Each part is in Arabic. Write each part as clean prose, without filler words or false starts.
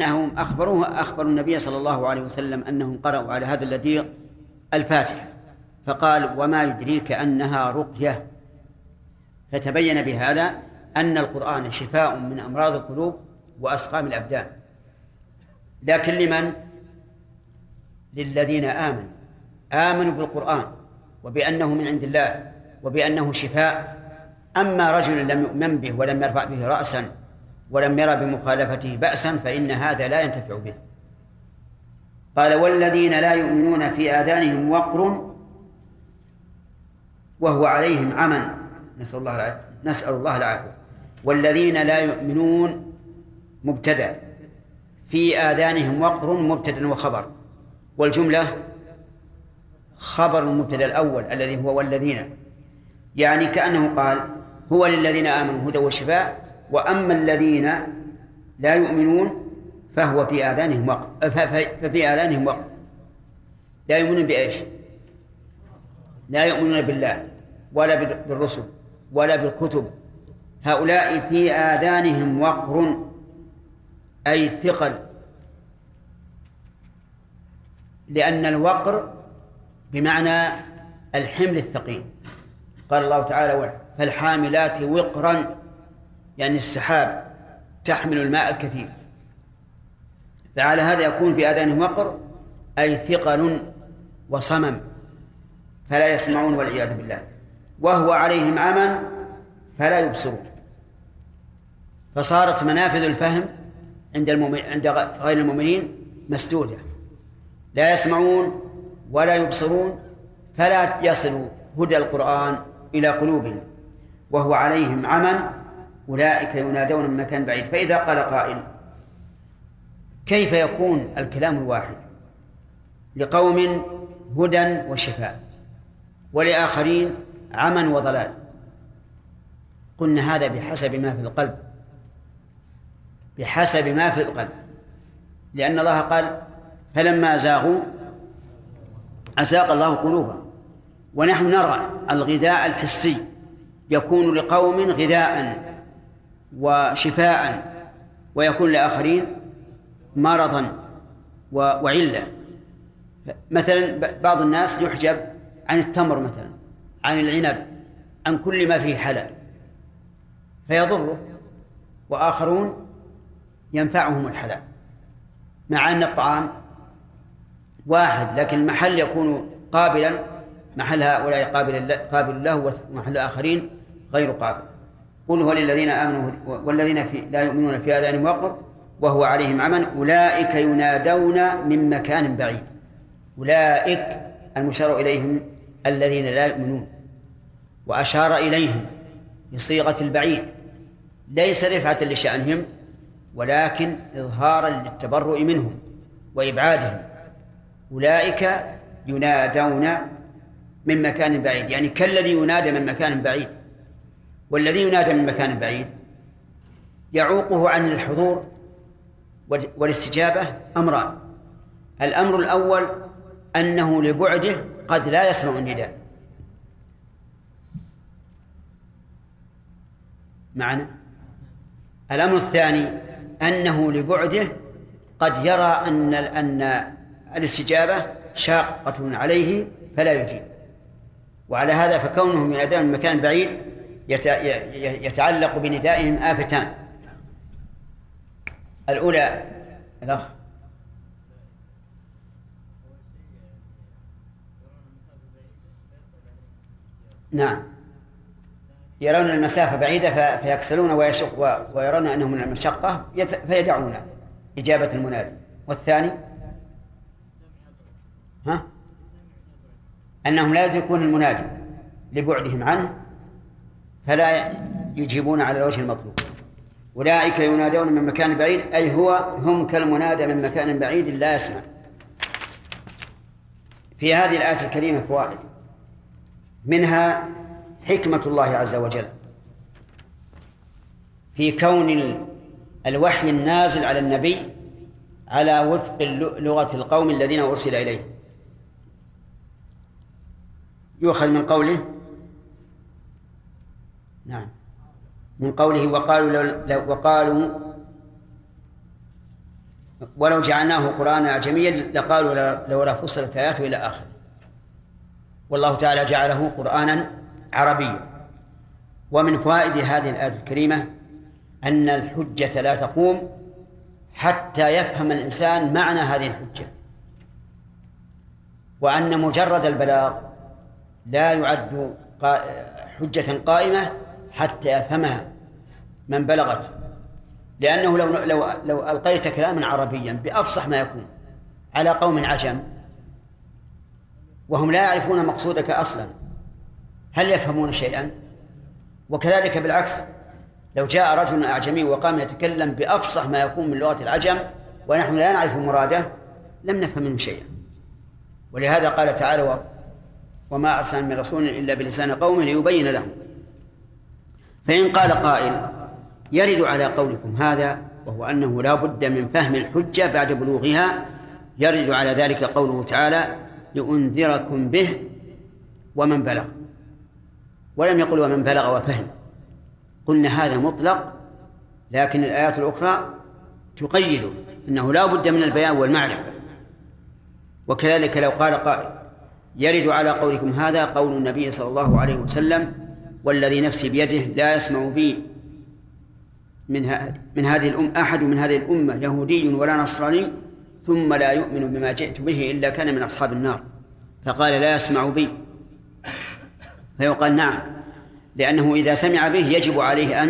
أنهم أخبروا النبي صلى الله عليه وسلم أنهم قرأوا على هذا الذي الفاتحة، فقال: وما يدريك أنها رقية. فتبين بهذا أن القرآن شفاء من أمراض القلوب وأسقام الأبدان، لكن لمن؟ للذين آمنوا بالقرآن وبأنه من عند الله وبأنه شفاء. أما رجل لم يؤمن به ولم يرفع به رأسا ولم يرى بمخالفته بأسا فإن هذا لا ينتفع به. قال: والذين لا يؤمنون في آذانهم وقر وهو عليهم عمى. نسأل الله العافية. والذين لا يؤمنون مبتدأ، في آذانهم وقر مبتدأ وخبر، والجملة خبر المبتدأ الأول الذي هو والذين، يعني كأنه قال: هو للذين آمنوا هدى وشفاء، وأما الذين لا يؤمنون فهو في آذانهم وقر. ففي آذانهم وقر. لا يؤمنون بإيش؟ لا يؤمنون بالله ولا بالرسل ولا بالكتب. هؤلاء في آذانهم وقر أي ثقل، لأن الوقر بمعنى الحمل الثقيل. قال الله تعالى: فالحاملات وقرا، يعني السحاب تحمل الماء الكثير. فعلى هذا يكون في آذانهم وقر أي ثقل وصمم فلا يسمعون والعياذ بالله. وهو عليهم عمى فلا يبصرون. فصارت منافذ الفهم عند غير المؤمنين مسدودة، لا يسمعون ولا يبصرون، فلا يصل هدى القرآن إلى قلوبهم. وهو عليهم عمى أولئك ينادون من مكان بعيد. فإذا قال قائل: كيف يكون الكلام الواحد لقوم هدى وشفاء ولآخرين عمى وضلال؟ قلنا: هذا بحسب ما في القلب، بحسب ما في القلب، لأن الله قال: فلما زاغوا أزاغ الله قلوبهم. ونحن نرى الغذاء الحسي يكون لقوم غذاء وشفاء، ويكون لآخرين مرضا وعلة. مثلا بعض الناس يحجب عن التمر مثلا، عن العنب، عن كل ما فيه حلال فيضره، وآخرون ينفعهم الحلال، مع أن الطعام واحد لكن المحل يكون قابلا، محل هؤلاء قابل له ومحل آخرين غير قابل. قل هو للذين آمنوا والذين لا يؤمنون في آذانهم وقر وهو عليهم عمى أولئك ينادون من مكان بعيد. أولئك المشار إليهم الذين لا يؤمنون، وأشار إليهم بصيغة البعيد، ليس رفعة لشأنهم ولكن إظهارا للتبرؤ منهم وإبعادهم. أولئك ينادون من مكان بعيد، يعني كالذي ينادى من مكان بعيد. والذي ينادى من مكان بعيد يعوقه عن الحضور والاستجابة أمران: الأمر الأول أنه لبعده قد لا يسمع النداء معنا. الأمر الثاني أنه لبعده قد يرى أن الاستجابة شاقة عليه فلا يجيب. وعلى هذا فكونهم ينادون من مكان بعيد يتعلق بندائهم آفتان: الأولى الأخ نعم، يرون المسافة بعيدة فيكسلون ويرون أنهم من المشقة فيدعون إجابة المنادي. والثاني أنهم لا يدركون المنادي لبعدهم عنه فلا يجيبون على الوجه المطلوب. أولئك ينادون من مكان بعيد أي هم كالمنادى من مكان بعيد لا يسمع. في هذه الآية الكريمة فوائد، منها حكمة الله عز وجل في كون الوحي النازل على النبي على وفق لغة القوم الذين أرسل إليه. يؤخذ من قوله نعم، من قوله وقالوا ولو جعلناه قرآنا أعجميا لقالوا لولا فصلت آياته إلى آخره. والله تعالى جعله قرآنا عربيا. ومن فوائد هذه الآية الكريمة أن الحجة لا تقوم حتى يفهم الإنسان معنى هذه الحجة، وأن مجرد البلاغ لا يعد حجة قائمة حتى يفهمها من بلغت، لأنه لو ألقيت كلاما عربيا بأفصح ما يكون على قوم عجم وهم لا يعرفون مقصودك أصلا، هل يفهمون شيئا؟ وكذلك بالعكس، لو جاء رجل أعجمي وقام يتكلم بأفصح ما يكون من لغة العجم ونحن لا نعرف مراده لم نفهم منه شيئا. ولهذا قال تعالى: وما أرسلنا من رسول إلا بلسان قومه ليبين لهم. فإن قال قائل يرد على قولكم هذا، وهو أنه لا بد من فهم الحجة بعد بلوغها، يرد على ذلك قوله تعالى: لأنذركم به ومن بلغ، ولم يقل ومن بلغ وفهم. قلنا هذا مطلق، لكن الآيات الأخرى تقيد أنه لا بد من البيان والمعرفة. وكذلك لو قال قائل يرد على قولكم هذا قول النبي صلى الله عليه وسلم: والذي نفسي بيده لا يسمع بي من هذه الأمة أحد من هذه الأمة يهودي ولا نصراني ثم لا يؤمن بما جئت به إلا كان من أصحاب النار. فقال: لا يسمع بي. فيقال نعم، لأنه إذا سمع به يجب عليه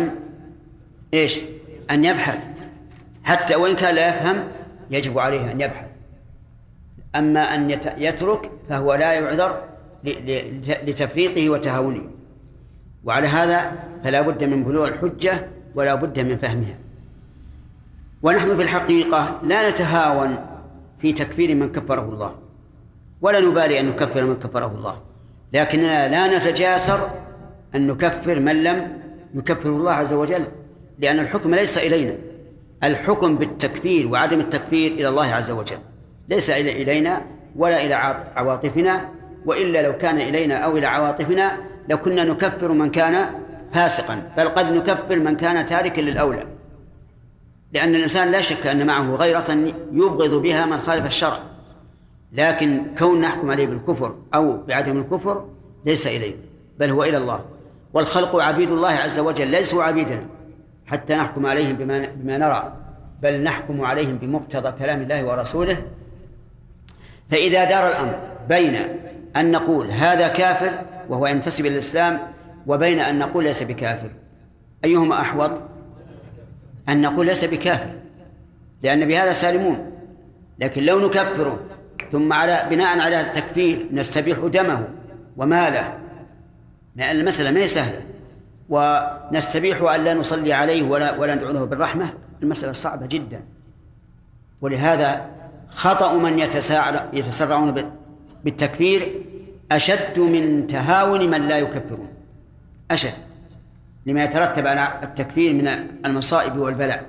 أن يبحث، حتى وإن كان لا يفهم يجب عليه أن يبحث. أما أن يترك فهو لا يعذر لتفريطه وتهاونه. وعلى هذا فلا بد من بلوغ الحجة ولا بد من فهمها. ونحن في الحقيقة لا نتهاون في تكفير من كفره الله، ولا نبالي أن نكفر من كفره الله، لكننا لا نتجاسر أن نكفر من لم يكفر الله عز وجل، لأن الحكم ليس إلينا. الحكم بالتكفير وعدم التكفير إلى الله عز وجل، ليس إلينا ولا إلى عواطفنا، وإلا لو كان إلينا أو إلى عواطفنا لكنا نكفر من كان فاسقا، بل قد نكفر من كان تاركا للأولى، لأن الإنسان لا شك أن معه غيرة يبغض بها من خالف الشرع، لكن كون نحكم عليه بالكفر أو بعدم الكفر ليس إليه بل هو إلى الله. والخلق عبيد الله عز وجل ليسوا عبيدنا حتى نحكم عليهم بما نرى، بل نحكم عليهم بمقتضى كلام الله ورسوله. فإذا دار الأمر بين أن نقول هذا كافر وهو ينتسب إلى الإسلام وبين أن نقول ليس بكافر، أيهما أحوط؟ أن نقول ليس بكافر، لأن بهذا سالمون. لكن لو نكفره ثم بناء على التكفير نستبيح دمه وماله، لأن المسألة ما هي سهلة، ونستبيح أن لا نصلي عليه ولا ندعو له بالرحمة، المسألة صعبة جدا. ولهذا خطأ من يتسرعون بالتكفير أشد من تهاون من لا يكفرون، أشد لما يترتب على التكفير من المصائب والبلاء.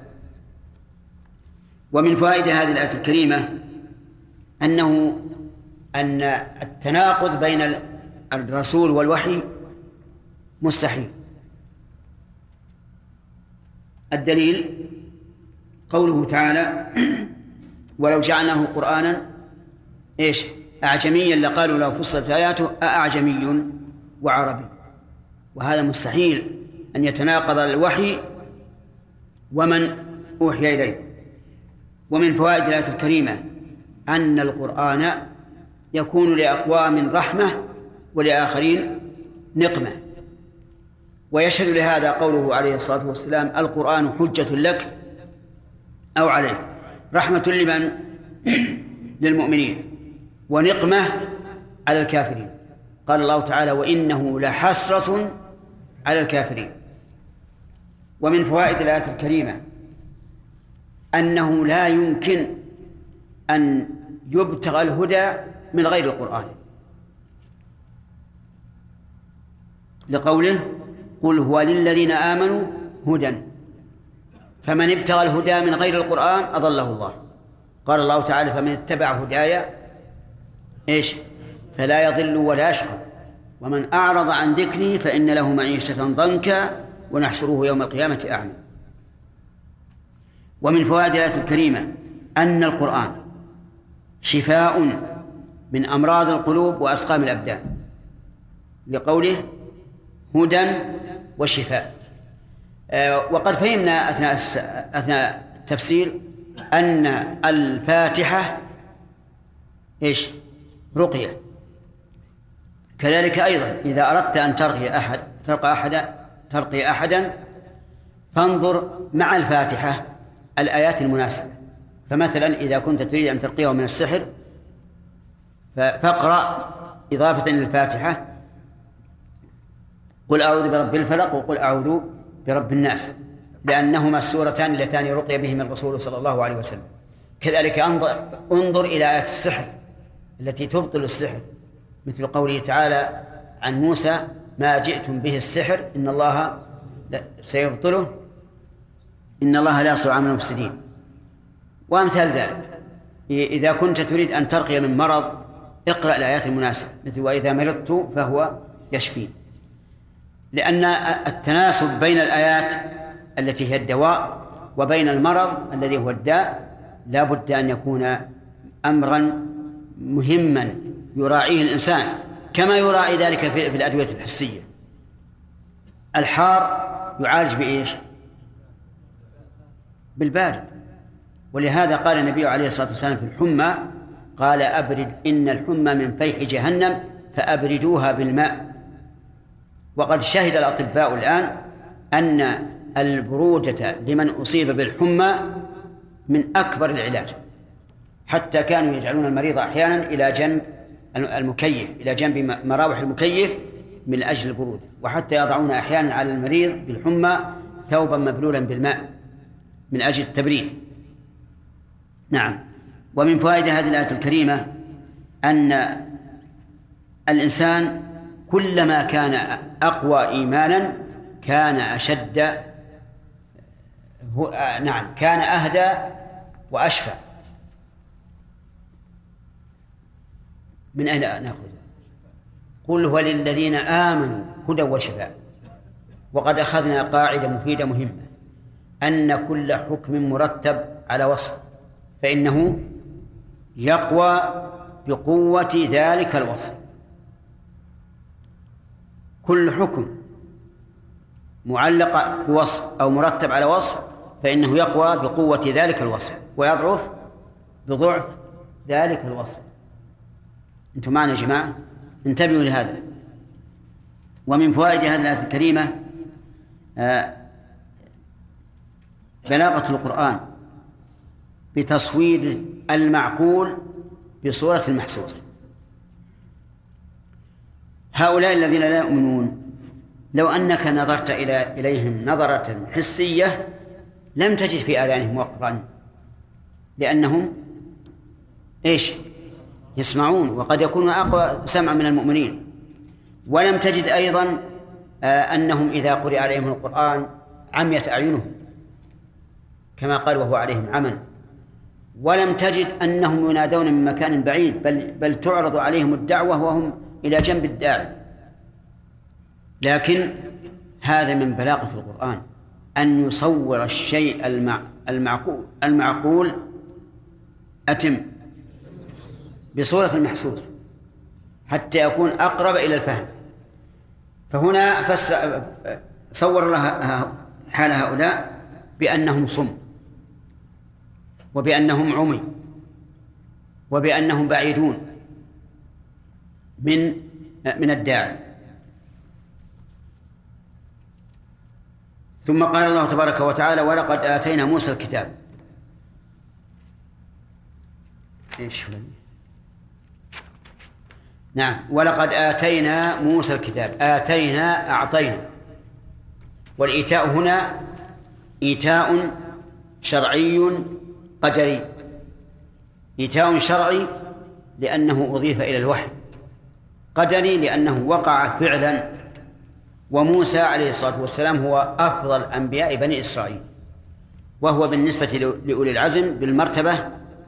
ومن فوائد هذه الآية الكريمة أن التناقض بين الرسول والوحي مستحيل. الدليل قوله تعالى: ولو جعلناه قرآنا أعجميا لقالوا لو فصلت آياته أأعجمي وعربي. وهذا مستحيل أن يتناقض الوحي ومن أوحي إليه. ومن فوائد الآية الكريمة أن القرآن يكون لأقوام رحمة ولآخرين نقمة. ويشهد لهذا قوله عليه الصلاة والسلام: القرآن حجة لك أو عليك، رحمة لمن؟ للمؤمنين، ونقمة على الكافرين. قال الله تعالى: وإنه لحسرة على الكافرين. ومن فوائد الآية الكريمة أنه لا يمكن أن يبتغى الهدى من غير القرآن، لقوله: قل هو للذين آمنوا هدى، فمن ابتغى الهدى من غير القرآن أضله الله. قال الله تعالى: فمن اتبع هدايا فلا يضل ولا يشقى، ومن أعرض عن ذكري فإن له معيشة ضنكا ونحشره يوم القيامة أعمى. ومن فوائد الآية الكريمة أن القرآن شفاء من أمراض القلوب وأسقام الأبدان، لقوله هدى وشفاء. وقد فهمنا أثناء التفسير أن الفاتحة إيش؟ رقية. كذلك أيضا إذا أردت أن ترقي أحدا فانظر مع الفاتحة الآيات المناسبة. فمثلا إذا كنت تريد أن ترقيه من السحر فاقرأ إضافة للفاتحة قل أعوذ برب الفلق وقل أعوذ برب الناس، لأنهما السورتان اللتان رقي بهما الرسول صلى الله عليه وسلم. كذلك انظر إلى آيات السحر التي تبطل السحر، مثل قوله تعالى عن موسى ما جئتم به السحر إن الله سيبطله إن الله لا يصلح عمل المفسدين، وأمثال ذلك. إذا كنت تريد أن ترقي من مرض اقرأ الآيات المناسبة، مثل وإذا مرضت فهو يشفين، لأن التناسب بين الآيات التي هي الدواء وبين المرض الذي هو الداء لا بد أن يكون أمرا مهما يراعيه الإنسان، كما يراعي ذلك في الأدوية الحسية. الحار يعالج بإيش؟ بالبارد. ولهذا قال النبي عليه الصلاة والسلام في الحمى قال أبرد إن الحمى من فيح جهنم فأبردوها بالماء. وقد شهد الأطباء الآن أن البرودة لمن أصيب بالحمى من أكبر العلاج، حتى كانوا يجعلون المريض أحيانا إلى جنب المكيف، إلى جنب مراوح المكيف من أجل البرودة، وحتى يضعون أحيانا على المريض بالحمى ثوبا مبلولا بالماء من أجل التبريد. نعم. ومن فوائد هذه الآية الكريمة أن الإنسان كلما كان أقوى إيمانا كان أشد كان أهدى وأشفى. من أين نأخذ؟ قل هو للذين آمنوا هدى وشفاء. وقد أخذنا قاعدة مفيدة مهمة أن كل حكم مرتب على وصف فإنه يقوى بقوة ذلك الوصف. كل حكم معلق بوصف أو مرتب على وصف فإنه يقوى بقوة ذلك الوصف ويضعف بضعف ذلك الوصف. أنتم معنا يا جماعة؟ انتبهوا لهذا. ومن فوائد هذه الآية الكريمة بلاغة القرآن بتصوير المعقول بصورة المحسوس. هؤلاء الذين لا يؤمنون لو أنك نظرت إليهم نظرة حسية لم تجد في آذانهم وقرا، لأنهم إيش؟ يسمعون، وقد يكونون أقوى سمعا من المؤمنين. ولم تجد أيضا أنهم إذا قرئ عليهم القرآن عميت أعينهم كما قال وهو عليهم عمى. ولم تجد أنهم ينادون من مكان بعيد، بل تعرض عليهم الدعوة وهم إلى جنب الداعي. لكن هذا من بلاغة القرآن أن يصور الشيء المعقول أتم بصورة المحسوس حتى يكون أقرب إلى الفهم. فهنا صور الله حال هؤلاء بأنهم صم وبأنهم عمي وبأنهم بعيدون من الداعي. ثم قال الله تبارك وتعالى ولقد آتينا موسى الكتاب. نعم، ولقد آتينا موسى الكتاب. آتينا أعطينا، والإيتاء هنا إيتاء شرعي قدري. إيتاء شرعي لأنه أضيف إلى الوحي، قدري لأنه وقع فعلا. وموسى عليه الصلاة والسلام هو أفضل أنبياء بني إسرائيل، وهو بالنسبة لأولي العزم بالمرتبة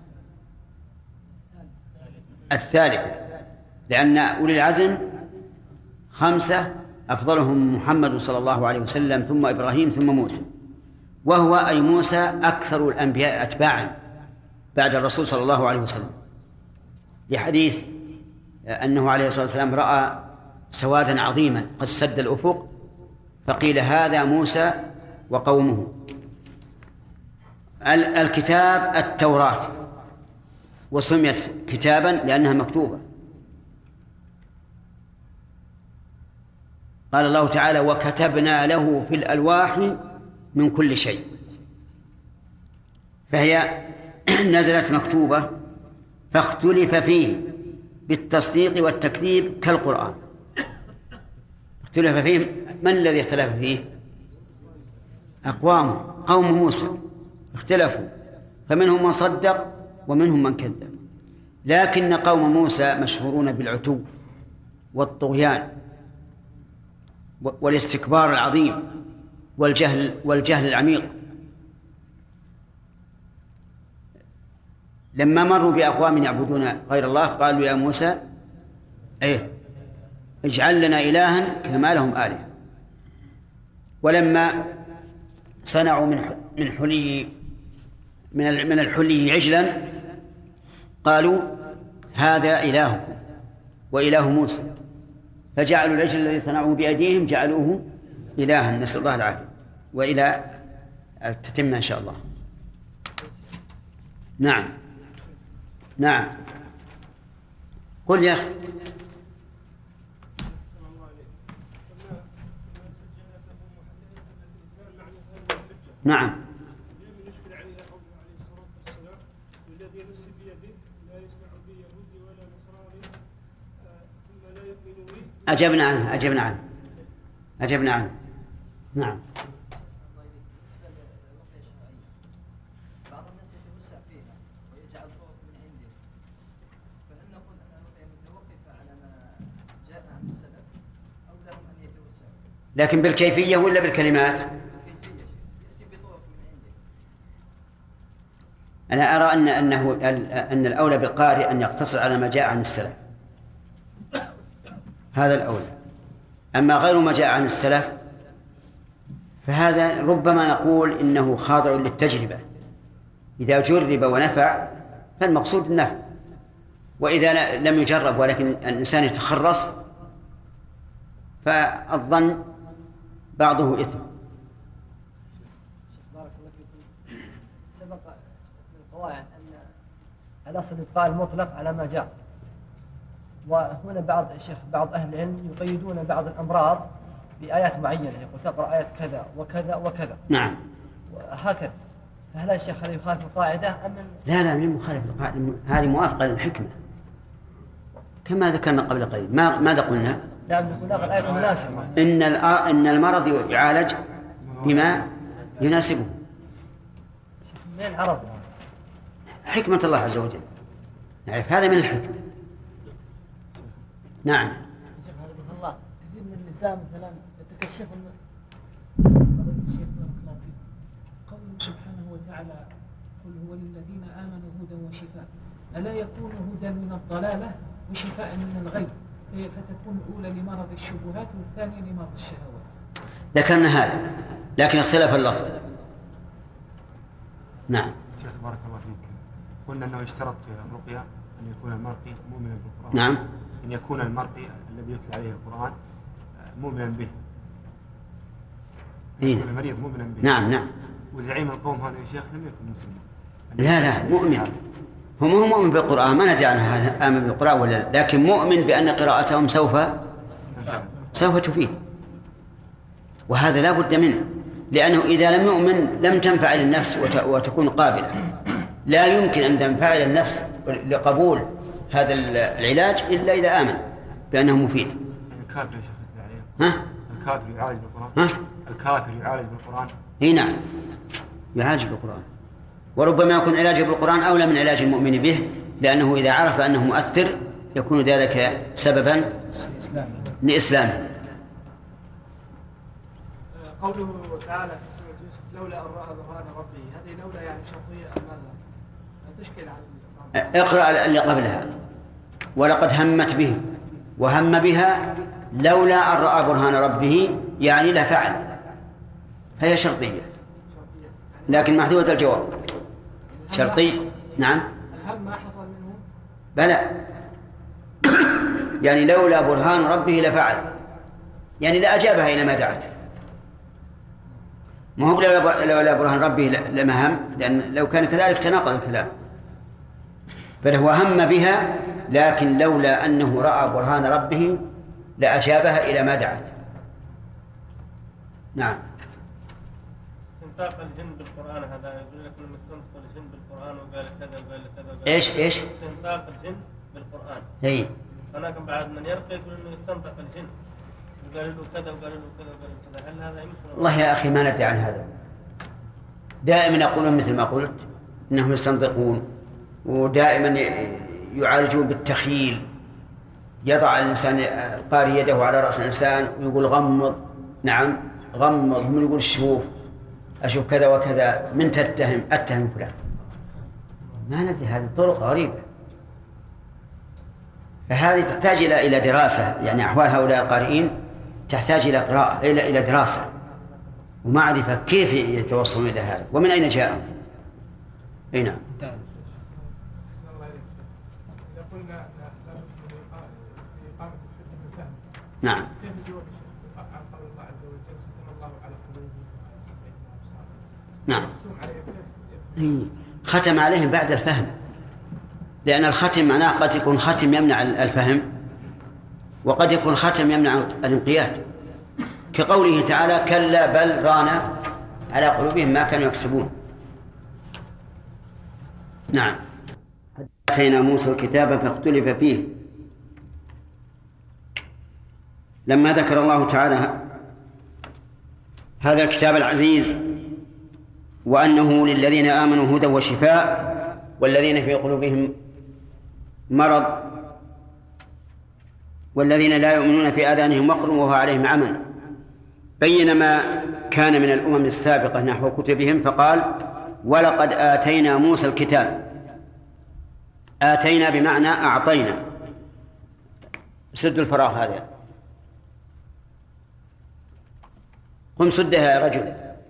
الثالثة، لأن أولي العزم 5 أفضلهم محمد صلى الله عليه وسلم ثم إبراهيم ثم موسى، وهو أي موسى أكثر الأنبياء أتباعا بعد الرسول صلى الله عليه وسلم، لحديث أنه عليه الصلاة والسلام رأى سوادا عظيما قد سد الأفق فقيل هذا موسى وقومه. الكتاب التوراة، وسميت كتابا لأنها مكتوبة. قال الله تعالى وكتبنا له في الألواح من كل شيء، فهي نزلت مكتوبة فاختلف فيه بالتصديق والتكذيب كالقرآن. اختلف فيه، من الذي اختلف فيه؟ أقوام قوم موسى اختلفوا، فمنهم من صدق ومنهم من كذب. لكن قوم موسى مشهورون بالعتو والطغيان والاستكبار العظيم والجهل العميق. لما مروا بأقوام يعبدون غير الله قالوا يا موسى اجعل لنا إلها كما لهم آلهة. ولما صنعوا من الحلي عجلا قالوا هذا إلهكم وإله موسى، فجعلوا العجل الذي صنعوه بأيديهم جعلوه إلها، نسأل الله العافية. وإلى تتم إن شاء الله. نعم قل يا أخي. نعم أجبنا عنه. نعم. بعض الناس يتوسع فيها ويجعل طرق من عنده، فهل نقول أن الرقية متوقفة على ما جاء عن السلف أو لهم أن يتوسعوا؟ لكن بالكيفية ولا بالكلمات؟ بالكيفية، يأتي بطرق من عنده. أنا أرى أن الأولى بالقارئ أن يقتصر على ما جاء عن السلف، هذا الأولى. أما غير ما جاء عن السلف فهذا ربما نقول إنه خاضع للتجربة، إذا جرب ونفع فالمقصود النفع، وإذا لم يجرب ولكن الإنسان يتخرص فالظن بعضه إثم. بارك الله فيكم. سبق من القواعد أن الأصل إبقاء المطلق على ما جاء، وهنا بعض أهل العلم يقيدون بعض الأمراض بآيات معينة، يقول تقرأ آيات كذا وكذا وكذا. نعم. وهكذا. فهل الشيخ هذا يخالف القاعدة أم لا من مخالف القاعدة، هذه موافقة للحكمة كما ذكرنا قبل قليل. ماذا قلنا؟ لا نقول الآية مناسبة. إن المرض يعالج بما يناسبه. من العرض حكمة الله عز وجل، نعرف هذا من الحكمة. نعم. الله كثير من النساء مثلا يتكشفن قوله سبحانه وتعالى قل هو للذين آمنوا هدى وشفاء، ألا يكون هدى من الضلالة وشفاء من الغي، فتكون الأولى لمرض الشبهات والثانية لمرض الشهوات. ذكرنا هذا لكن اختلف اللفظ. نعم. شيخ بارك الله فيك، قلنا أنه يشترط في الرقية أن يكون المرقي مؤمنا بالقرآن. نعم. أن يكون المرقي الذي يتلى عليه القرآن مؤمنا به. يكون المريض مؤمنا به. نعم. وزعيم القوم هذا يا شيخ لم يكن مسلما. لا مؤمن. هو مؤمن بالقرآن، ما ندري عنه آمن بالقرآن ولا لا، لكن مؤمن بأن قراءتهم سوف تفيد، وهذا لا بد منه، لأنه إذا لم يؤمن لم تنفعل النفس وتكون قابلة. لا يمكن أن تنفعل النفس لقبول هذا العلاج إلا إذا آمن بأنه مفيد. الكافر يا شيخ الكافر يعالج بالقرآن. الكافر يعالج بالقرآن. نعم يعالج بالقرآن، وربما يكون علاجه بالقرآن أولى من علاج المؤمن به، لأنه إذا عرف أنه مؤثر يكون ذلك سببا لإسلامه. قوله تعالى في سورة يوسف لولا أن رأى برهان ربه، هذه لولا يعني شرطية أم ماذا؟ تشكل على اقرأ اللي قبلها ولقد همت به وهم بها لولا أن رأى برهان ربه، يعني لا فعل، هي شرطية لكن محذوفة الجواب. شرطي نعم. الهم ما حصل منه؟ بلى. يعني لولا برهان ربه لفعل، يعني لأجابها إلى ما دعت. ما هو لولا برهان ربه لما هم، لأن لو كان كذلك تناقض الكلام. بل هو هم بها، لكن لولا أنه رأى برهان ربه لأجابها إلى ما دعت. نعم. استنطاق الجن بالقرآن هذا يقول لك انه استنطق الجن بالقرآن وقال كذا وقال كذا. ايش؟ استنطاق الجن بالقرآن. اي. هناك بعد من يرقي يقول انه استنطق الجن وقال له كذا وقال له كذا وقال له كذا. هل هذا يمكن؟ والله يا أخي ما ندري عن هذا. دائما يقولون مثل ما قلت إنهم يستنطقون، ودائما يعالجون بالتخيل. يضع الإنسان القارئ يده على رأس الإنسان ويقول غمض. نعم غمض. هم يقول أشوف كذا وكذا. من تتهم؟ أتهم فلان. ما ندري، هذه طرق غريبة. فهذه تحتاج إلى دراسة، يعني أحوال هؤلاء القارئين تحتاج إلى قراءة، إلى دراسة ومعرفة كيف يتوصلون إلى هذا ومن أين جاءهم. أي نعم. نعم. نعم. ختم عليهم بعد الفهم، لأن الختم معناه قد يكون ختم يمنع الفهم، وقد يكون ختم يمنع الانقياد، كقوله تعالى كلا بل ران على قلوبهم ما كانوا يكسبون. نعم. آتينا موسى الكتاب فاختلف فيه. لما ذكر الله تعالى هذا الكتاب العزيز وأنه للذين آمنوا هدى وشفاء والذين في قلوبهم مرض والذين لا يؤمنون في آذانهم وقر وهو عليهم عمى، بين ما كان من الأمم السابقة نحو كتبهم فقال ولقد آتينا موسى الكتاب. آتينا بمعنى أعطينا. سد الفراغ هذا. قم سدها يا رجل.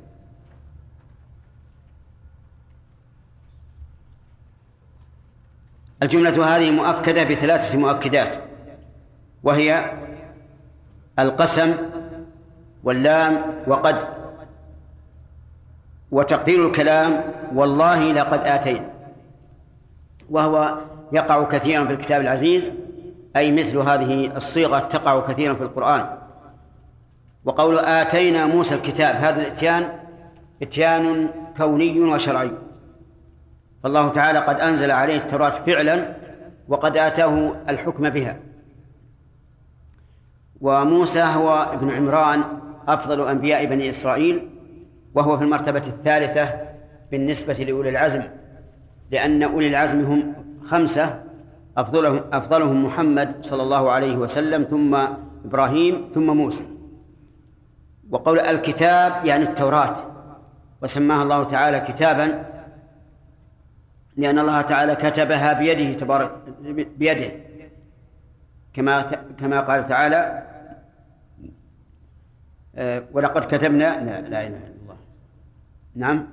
الجملة هذه مؤكدة بثلاثة مؤكدات، وهي القسم واللام وقد، وتقدير الكلام والله لقد آتينا، وهو يقع كثيرا في الكتاب العزيز، أي مثل هذه الصيغة تقع كثيرا في القرآن. وقول آتينا موسى الكتاب هذا الاتيان اتيان كوني وشرعي، فالله تعالى قد أنزل عليه التوراة فعلا وقد آتاه الحكم بها. وموسى هو ابن عمران أفضل أنبياء بني إسرائيل، وهو في المرتبة الثالثة بالنسبة لأولي العزم، لأن أولي العزم هم 5 أفضلهم محمد صلى الله عليه وسلم ثم إبراهيم ثم موسى. وقول الكتاب يعني التوراة، وسماها الله تعالى كتابا لأن الله تعالى كتبها بيده تبارك بيده، كما قال تعالى ولقد كتبنا لا إله إلا الله. نعم.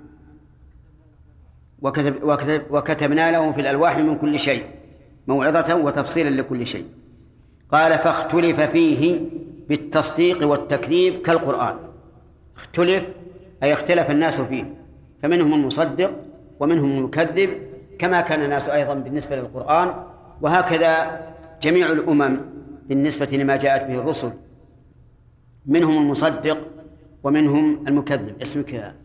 وكتبنا له في الألواح من كل شيء موعظة وتفصيلا لكل شيء. قال فاختلف فيه بالتصديق والتكذيب كالقرآن. اختلف أي اختلف الناس فيه، فمنهم المصدق ومنهم المكذب، كما كان الناس أيضا بالنسبة للقرآن، وهكذا جميع الأمم بالنسبة لما جاءت به الرسل، منهم المصدق ومنهم المكذب. اسمك يا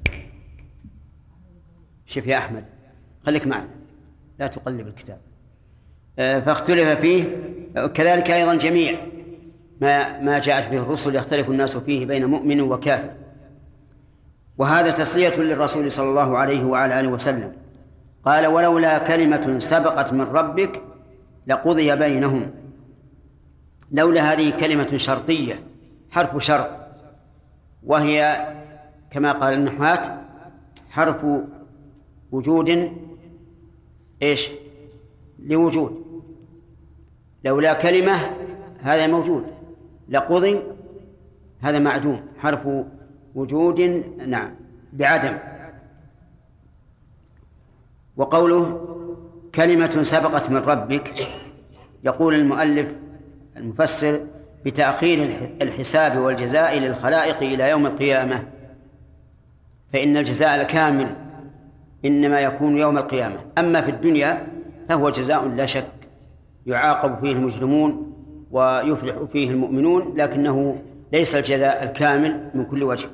شوف يا أحمد، خليك معنا لا تقلب الكتاب. فاختلف فيه كذلك أيضا جميع ما جاءت به الرسل يختلف الناس فيه بين مؤمن وكافر. وهذا تسلية للرسول صلى الله عليه وعلى آله وسلم. قال ولولا كلمة سبقت من ربك لقضي بينهم. لولا هذه كلمة شرطية حرف شرط، وهي كما قال النحاة حرف وجود إيش لوجود. لولا كلمة هذا موجود، لقضي هذا معدوم، حرف وجود نعم بعدم. وقوله كلمة سبقت من ربك، يقول المؤلف المفسر بتأخير الحساب والجزاء للخلائق إلى يوم القيامة، فإن الجزاء الكامل إنما يكون يوم القيامة. أما في الدنيا فهو جزاء لا شك يعاقب فيه المجرمون ويفلح فيه المؤمنون، لكنه ليس الجزاء الكامل من كل وجه.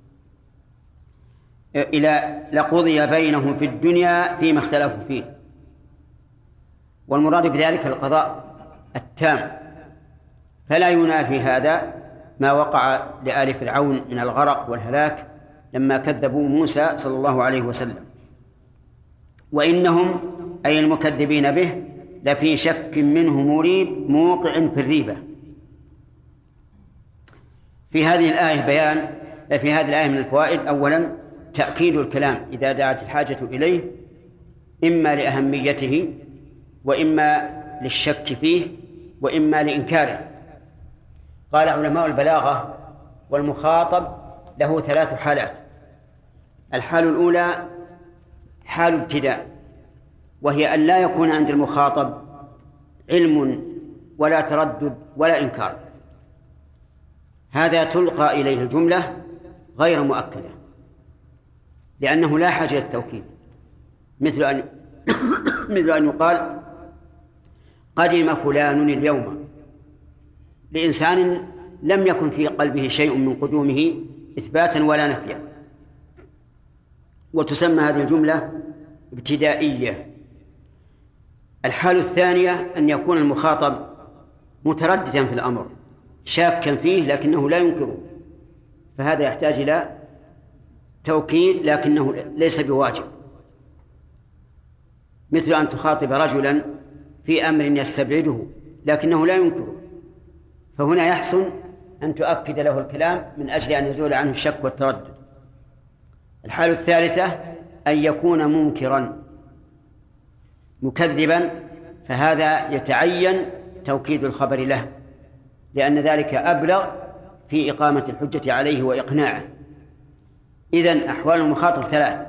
إلى لقضي بينهم في الدنيا فيما اختلفوا فيه، والمراد بذلك القضاء التام، فلا ينافي هذا ما وقع لآل فرعون من الغرق والهلاك لما كذبوا موسى صلى الله عليه وسلم. وإنهم أي المكذبين به لفي شك منه مريب موقع في الريبة. في هذه الآية من الفوائد: أولا تأكيد الكلام إذا دعت الحاجة إليه، إما لأهميته وإما للشك فيه وإما لإنكاره. قال علماء البلاغة: والمخاطب له 3 حالات. الحال الأولى حال ابتداء، وهي أن لا يكون عند المخاطب علم ولا تردد ولا إنكار، هذا تلقى إليه الجملة غير مؤكدة لأنه لا حاجة للتوكيد، مثل أن يقال قدم فلان اليوم لإنسان لم يكن في قلبه شيء من قدومه إثباتا ولا نفيا، وتسمى هذه الجملة ابتدائية. الحال الثانية أن يكون المخاطب مترددا في الأمر شاكا فيه لكنه لا ينكره، فهذا يحتاج إلى توكيد لكنه ليس بواجب، مثل أن تخاطب رجلا في أمر يستبعده لكنه لا ينكره، فهنا يحسن أن تؤكد له الكلام من أجل أن يزول عنه الشك والتردد. الحالة الثالثة أن يكون منكرا مكذبا، فهذا يتعين توكيد الخبر له، لأن ذلك أبلغ في إقامة الحجة عليه وإقناعه. إذن أحوال المخاطب 3: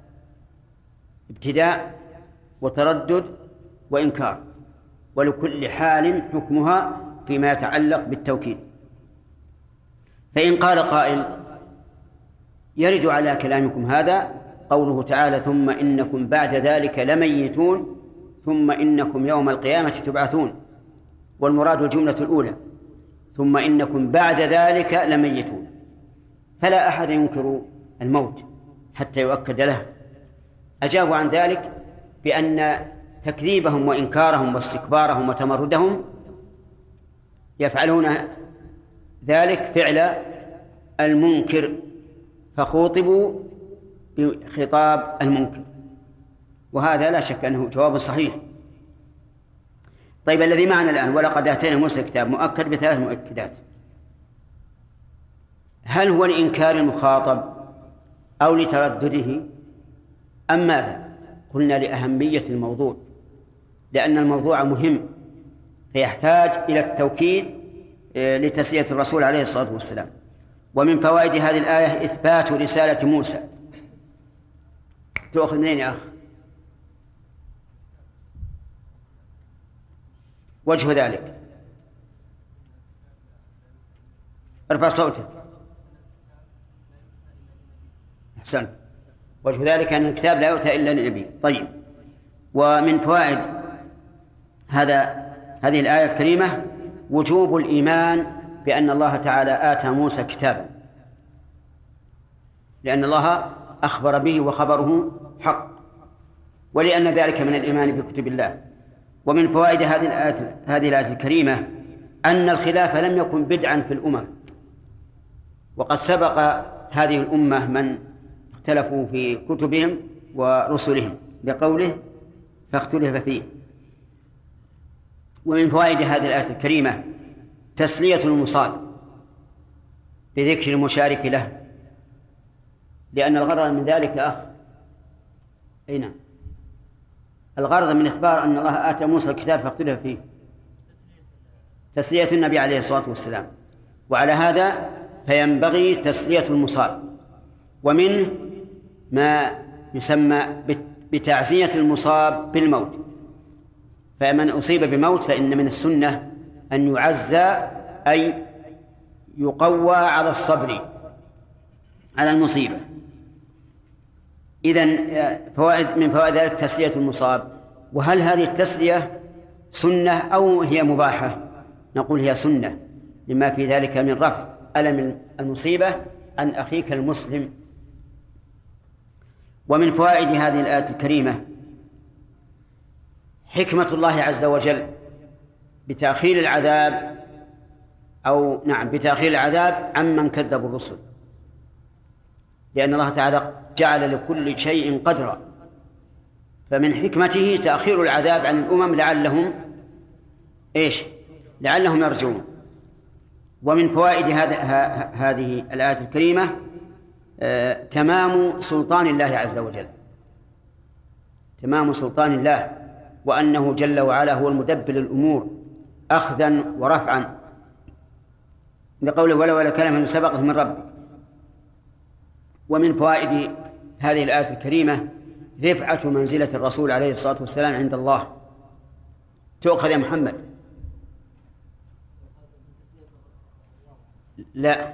ابتداء وتردد وإنكار، ولكل حال حكمها فيما يتعلق بالتوكيد. فإن قال قائل: يرد على كلامكم هذا قوله تعالى: ثم إنكم بعد ذلك لميتون ثم إنكم يوم القيامة تبعثون، والمراد الجملة الأولى ثم إنكم بعد ذلك لميتون، فلا أحد ينكر الموت حتى يؤكد له. أجابوا عن ذلك بأن تكذيبهم وإنكارهم واستكبارهم وتمردهم يفعلون ذلك فعل المنكر، فخوطبوا بخطاب المنكر، وهذا لا شك أنه جواب صحيح. طيب، الذي معنا الآن: ولقد آتينا موسى الكتاب مؤكد ب3 مؤكدات، هل هو لإنكار المخاطب أو لتردده أم ماذا؟ قلنا لأهمية الموضوع، لأن الموضوع مهم فيحتاج إلى التوكيد لتسلية الرسول عليه الصلاة والسلام. ومن فوائد هذه الآية إثبات رسالة موسى. تأخذ منين يا أخ؟ وجه ذلك، ارفع صوتك. أحسن. وجه ذلك أن الكتاب لا يؤتى إلا للنبي. طيب، ومن فوائد هذه الآية الكريمة وجوب الإيمان بأن الله تعالى آتى موسى كتابا، لأن الله أخبر به وخبره حق، ولأن ذلك من الإيمان بكتب الله. ومن فوائد هذه الآية الكريمة أن الخلاف لم يكن بدعا في الأمم، وقد سبق هذه الأمة من اختلفوا في كتبهم ورسلهم بقوله فاختلف فيه. ومن فوائد هذه الآية الكريمة تسلية المصاب بذكر المشارك له، لأن الغرض من ذلك يا أخ أين؟ الغرض من إخبار أن الله آتى موسى الكتاب فاختلف فيه تسلية النبي عليه الصلاة والسلام، وعلى هذا فينبغي تسلية المصاب. ومنه ما يسمى بتعزية المصاب بالموت، فمن أصيب بموت فإن من السنة أن يعزى، أي يقوى على الصبر على المصيبة. إذن من فوائد ذلك تسلية المصاب. وهل هذه التسلية سنة أو هي مباحة؟ نقول هي سنة، لما في ذلك من رفع ألم المصيبة عن أخيك المسلم. ومن فوائد هذه الآية الكريمة حكمة الله عز وجل بتأخير العذاب بتأخير العذاب عمن كذب الرسل، لأن الله تعالى جعل لكل شيء قدرا، فمن حكمته تأخير العذاب عن الأمم لعلهم يرجعون. ومن فوائد هذه الآية الكريمة تمام سلطان الله عز وجل، تمام سلطان الله، وأنه جل وعلا هو المدبر الأمور أخذا ورفعا، لقوله ولا كلمة سبقت من ربك. ومن فوائد هذه الآية الكريمة رفعة منزلة الرسول عليه الصلاة والسلام عند الله. تؤخذ يا محمد؟ لا،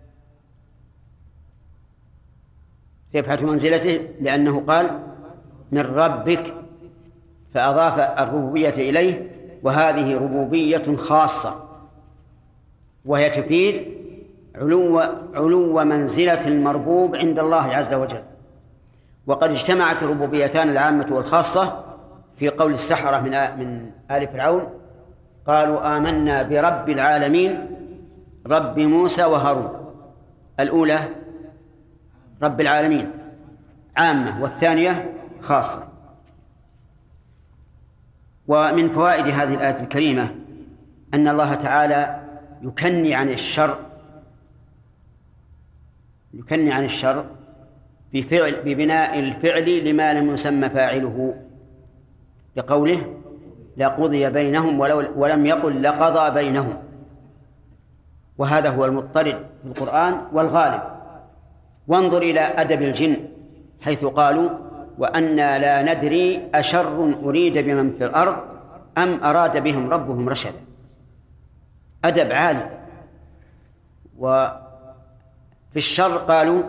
رفعة منزلته لأنه قال من ربك، فأضاف الربوبية إليه، وهذه ربوبية خاصة، وهي تفيد علو منزلة المربوب عند الله عز وجل. وقد اجتمعت الربوبيتان العامة والخاصة في قول السحرة من آل فرعون، قالوا آمنا برب العالمين رب موسى وهارون. الأولى رب العالمين عامة، والثانية خاصة. ومن فوائد هذه الآية الكريمة أن الله تعالى يكني عن الشر ببناء الفعل لما لم يسمى فاعله، لقوله لقضي بينهم ولم يقل لقضى بينهم. وهذا هو المضطرد في القرآن والغالب. وانظر إلى أدب الجن حيث قالوا وأنا لا ندري أشر أريد بمن في الأرض أم أراد بهم ربهم رشدا. أدب عالي. وفي الشر قالوا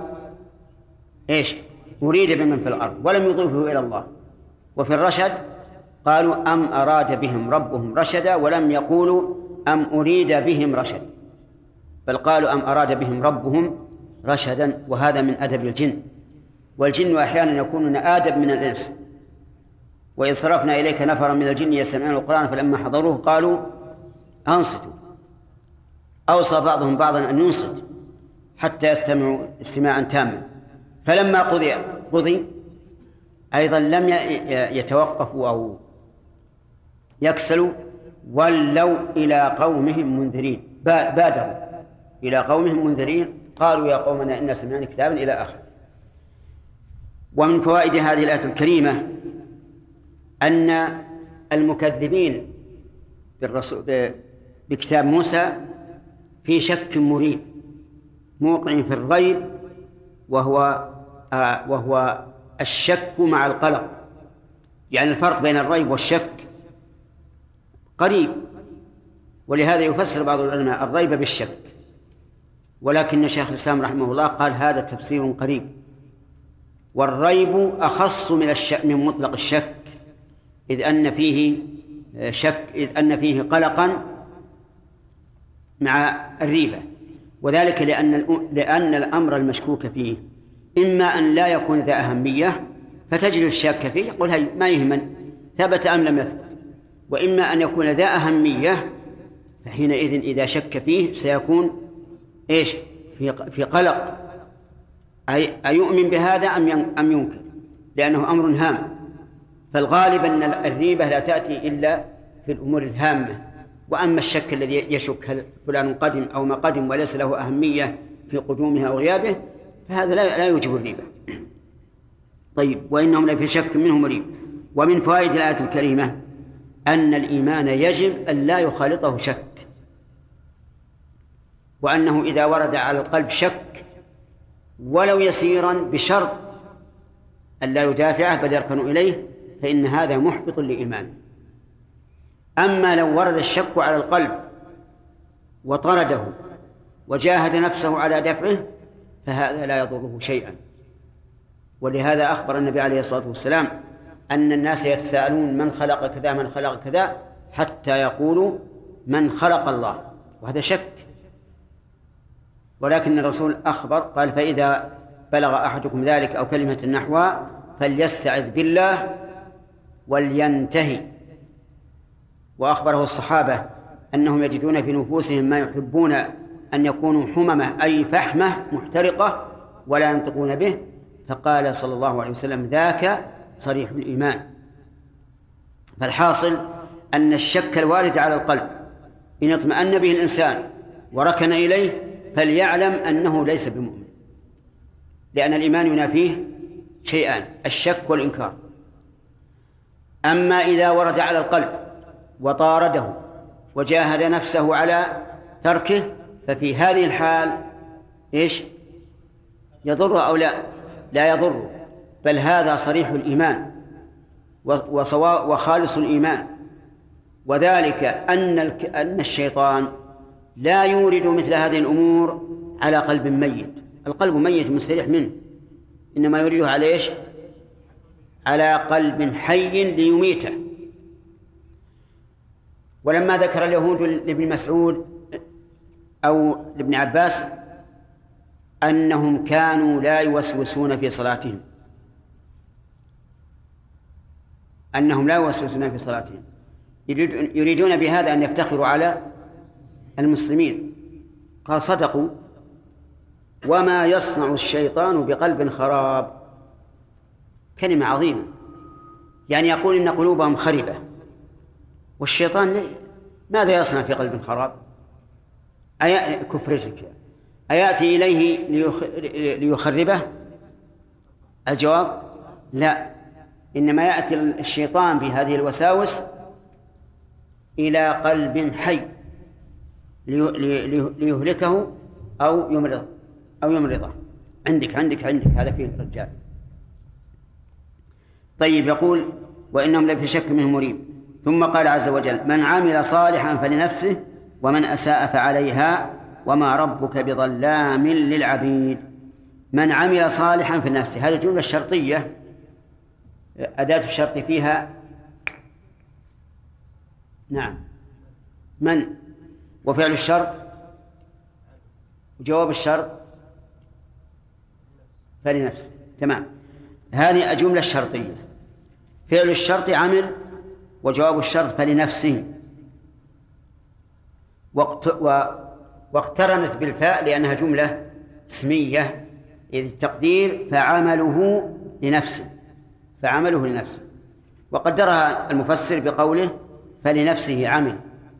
أريد بمن في الأرض ولم يضيفه إلى الله. وفي الرشد قالوا أم أراد بهم ربهم رشدا ولم يقولوا أم أريد بهم رشد، بل قالوا أم أراد بهم ربهم رشدا. وهذا من أدب الجن. والجن أحيانا يكونون آدب من الإنس. وإذ صرفنا إليك نفرا من الجن يستمعون القرآن فلما حضروه قالوا أنصتوا. أوصى بعضهم بعضا أن ينصت حتى يستمعوا استماعا تاما. فلما قضي أيضا لم يتوقفوا أو يكسلوا، ولوا إلى قومهم منذرين، بادروا إلى قومهم منذرين، قالوا يا قومنا إنا سمعنا كتابا إلى آخر. ومن فوائد هذه الآية الكريمة أن المكذبين بكتاب موسى في شك مريب موقع في الريب، وهو الشك مع القلق. يعني الفرق بين الريب والشك قريب، ولهذا يفسر بعض العلماء الريب بالشك، ولكن شيخ الإسلام رحمه الله قال هذا تفسير قريب، والريب أخص من مطلق الشك، إذ أن فيه قلقا مع الريبة. وذلك لأن الأمر المشكوك فيه إما أن لا يكون ذا أهمية فتجد الشاك فيه يقول هاي ما يهمن ثبت أم لم يثبت، وإما أن يكون ذا أهمية فحينئذ إذا شك فيه سيكون في قلق، أيؤمن بهذا أم ينكر، لأنه أمر هام. فالغالب أن الريبة لا تأتي إلا في الأمور الهامة. وأما الشك الذي يشك هل فلان قدم أو ما قدم وليس له أهمية في قدومه أو غيابه فهذا لا يوجب الريبة. طيب، وإنهم لفي شك منه مريب. ومن فوائد الآية الكريمة أن الإيمان يجب أن لا يخالطه شك، وأنه إذا ورد على القلب شك ولو يسيرا بشرط أن لا يدافعه بل يركن إليه فإن هذا محبط لإيمانه. أما لو ورد الشك على القلب وطرده وجاهد نفسه على دفعه فهذا لا يضره شيئا. ولهذا أخبر النبي عليه الصلاة والسلام أن الناس يتساءلون من خلق كذا من خلق كذا حتى يقولوا من خلق الله، وهذا شك. ولكن الرسول أخبر قال فإذا بلغ أحدكم ذلك أو كلمة نحوها فليستعذ بالله ولينتهي. وأخبره الصحابة أنهم يجدون في نفوسهم ما يحبون أن يكونوا حممة أي فحمة محترقة ولا ينطقون به، فقال صلى الله عليه وسلم ذاك صريح الإيمان. فالحاصل أن الشك الوارد على القلب إن اطمأن به الإنسان وركن إليه فليعلم أنه ليس بمؤمن، لأن الإيمان ينافيه شيئان: الشك والإنكار. أما إذا ورد على القلب وطارده وجاهد نفسه على تركه ففي هذه الحال إيش؟ يضر أو لا يضر، بل هذا صريح الإيمان وخالص الإيمان. وذلك أن الشيطان لا يورد مثل هذه الأمور على قلب ميت. القلب ميت مستريح منه، إنما يريده على إيش؟ على قلب حي ليميته. ولما ذكر اليهود لابن مسعود أو لابن عباس أنهم كانوا لا يوسوسون في صلاتهم، يريدون بهذا أن يفتخروا على المسلمين. قال صدقوا، وما يصنع الشيطان بقلب خراب. كلمة عظيمة، يعني يقول إن قلوبهم خربة، والشيطان ماذا يصنع في قلب خراب؟ كفرتك أيأتي إليه ليخربه؟ الجواب لا، إنما يأتي الشيطان بهذه الوساوس إلى قلب حي ليهلكه أو يمرضه. عندك هذا فيه الرجال. طيب، يقول وإنهم لفي شك منه مريب. ثم قال عز وجل: من عمل صالحا فلنفسه ومن أساء فعليها وما ربك بظلام للعبيد. من عمل صالحا فلنفسه، هذه الجملة الشرطية أداة الشرط فيها نعم من، وفعل الشرط وجواب الشرط فلنفسه. تمام، هذه الجملة الشرطية. فعل الشرط عمل وجواب الشرط فلنفسه، واقترنت بالفاء لأنها جملة اسمية، إذ التقدير فعمله لنفسه. وقدرها المفسر بقوله فلنفسه عمل.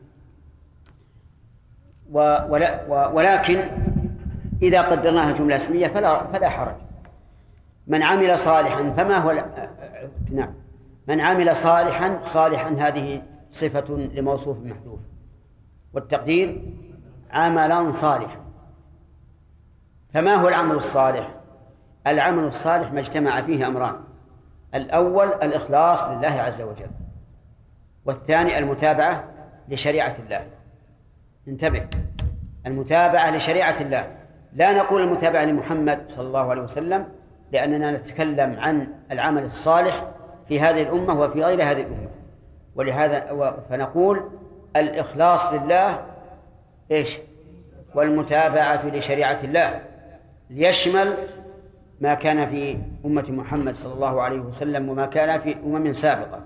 ولكن إذا قدرناها جملة اسمية فلا حرج. من عمل صالحا، فما هو نعم، من عمل صالحا هذه صفة لموصوف محذوف، والتقدير عملا صالحا. فما هو العمل الصالح؟ العمل الصالح ما اجتمع فيه أمران: الأول الإخلاص لله عز وجل، والثاني المتابعة لشريعة الله. انتبه، المتابعة لشريعة الله، لا نقول المتابعة لمحمد صلى الله عليه وسلم، لأننا نتكلم عن العمل الصالح في هذه الأمة وفي غير هذه الأمة. ولهذا فنقول الإخلاص لله إيش؟ والمتابعة لشريعة الله، ليشمل ما كان في أمة محمد صلى الله عليه وسلم وما كان في أمم سابقة.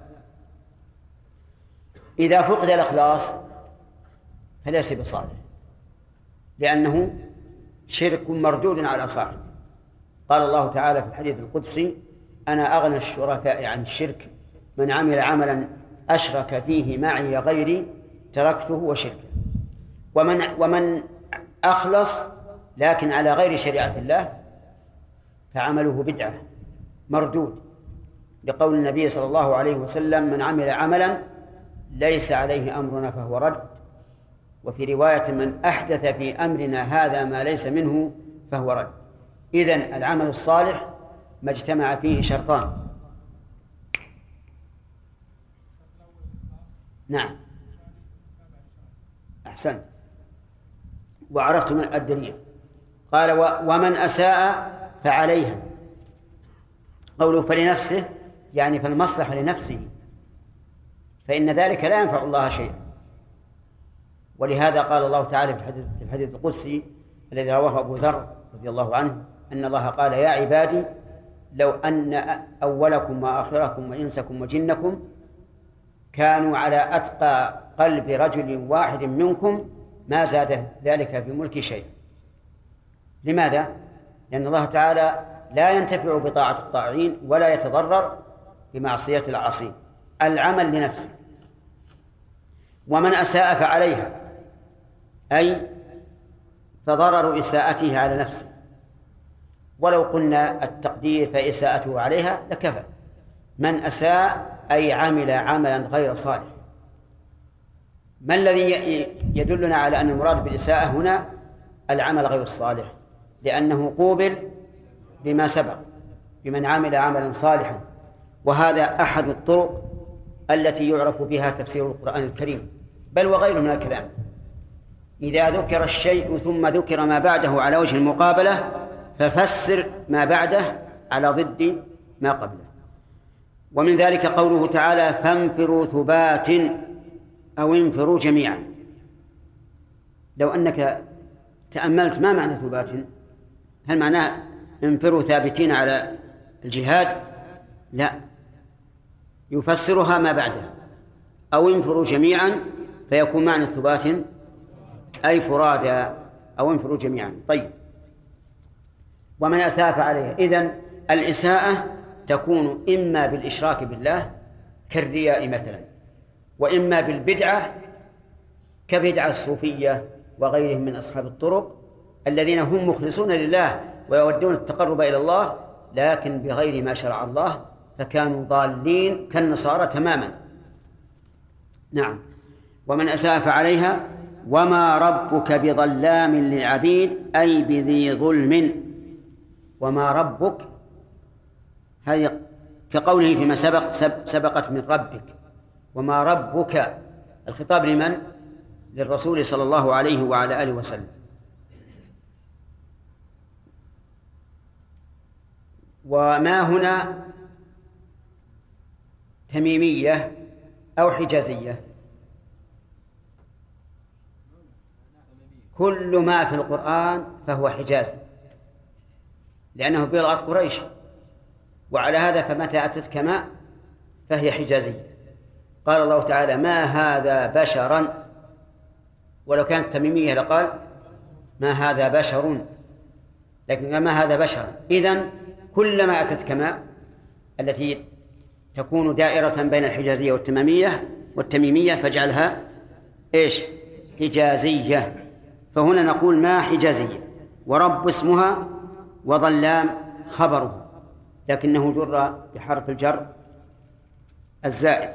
إذا فقد الإخلاص فليس بصالح، لأنه شرك مردود على صاحبه. قال الله تعالى في الحديث القدسي: أنا أغنى الشركاء عن الشرك، من عمل عملا أشرك فيه معي غيري تركته وشركه. ومن أخلص لكن على غير شريعة الله فعمله بدعة مردود، لقول النبي صلى الله عليه وسلم: من عمل عملا ليس عليه أمرنا فهو رد. وفي رواية: من أحدث في أمرنا هذا ما ليس منه فهو رد. إذن العمل الصالح ما اجتمع فيه شرطان. نعم، أحسنت وعرفت من الدليل. قال ومن أساء فعليها. قوله فلنفسه يعني فالمصلحة لنفسه، فإن ذلك لا ينفع الله شيئا. ولهذا قال الله تعالى في الحديث القدسي الذي رواه أبو ذر رضي الله عنه أن الله قال يا عبادي لو أن أولكم وآخركم وإنسكم وجنكم كانوا على أتقى قلب رجل واحد منكم ما زاد ذلك في ملك شيء. لماذا؟ لأن الله تعالى لا ينتفع بطاعة الطاعين ولا يتضرر بمعصية العاصين. العمل لنفسه. ومن أساء فعليها، أي فضرر إساءته على نفسه، ولو قلنا التقدير فإساءته عليها لكفى. من أساء أي عمل عملا غير صالح. ما الذي يدلنا على أن المراد بالإساءة هنا العمل غير الصالح؟ لأنه قوبل بما سبق بمن عمل عملا صالحا، وهذا أحد الطرق التي يعرف بها تفسير القرآن الكريم، بل وغيره من الكلام. إذا ذكر الشيء ثم ذكر ما بعده على وجه المقابلة ففسر ما بعده على ضد ما قبله. ومن ذلك قوله تعالى فانفروا ثبات أو انفروا جميعا. لو أنك تأملت ما معنى ثبات، هل معناه انفروا ثابتين على الجهاد؟ لا، يفسرها ما بعدها أو انفروا جميعا فيكون معنى ثبات أي فرادا أو انفروا جميعا. طيب ومن أساء فعليها. إذن الإساءة تكون إما بالإشراك بالله كالرياء مثلا، وإما بالبدعة كبدعة الصوفية وغيرهم من أصحاب الطرق الذين هم مخلصون لله ويودون التقرب إلى الله لكن بغير ما شرع الله، فكانوا ضالين كالنصارى تماما. نعم. ومن أساء فعليها وما ربك بظلام للعبيد أي بذي ظلم. وما ربك هذه كقوله فيما سبقت من ربك. وما ربك الخطاب لمن؟ للرسول صلى الله عليه وعلى آله وسلم. وما هنا تميمية أو حجازية؟ كل ما في القرآن فهو حجازي لأنه بلغة قريش، وعلى هذا فمتى أتتك ما فهي حجازية. قال الله تعالى ما هذا بشرا، ولو كانت تميمية لقال ما هذا بشر، لكن ما هذا بشرا. إذن كلما أتتك ما التي تكون دائرة بين الحجازية والتميمية فاجعلها إيش؟ حجازية. فهنا نقول ما حجازية، ورب اسمها وظلام خبره، لكنه جر بحرف الجر الزائد.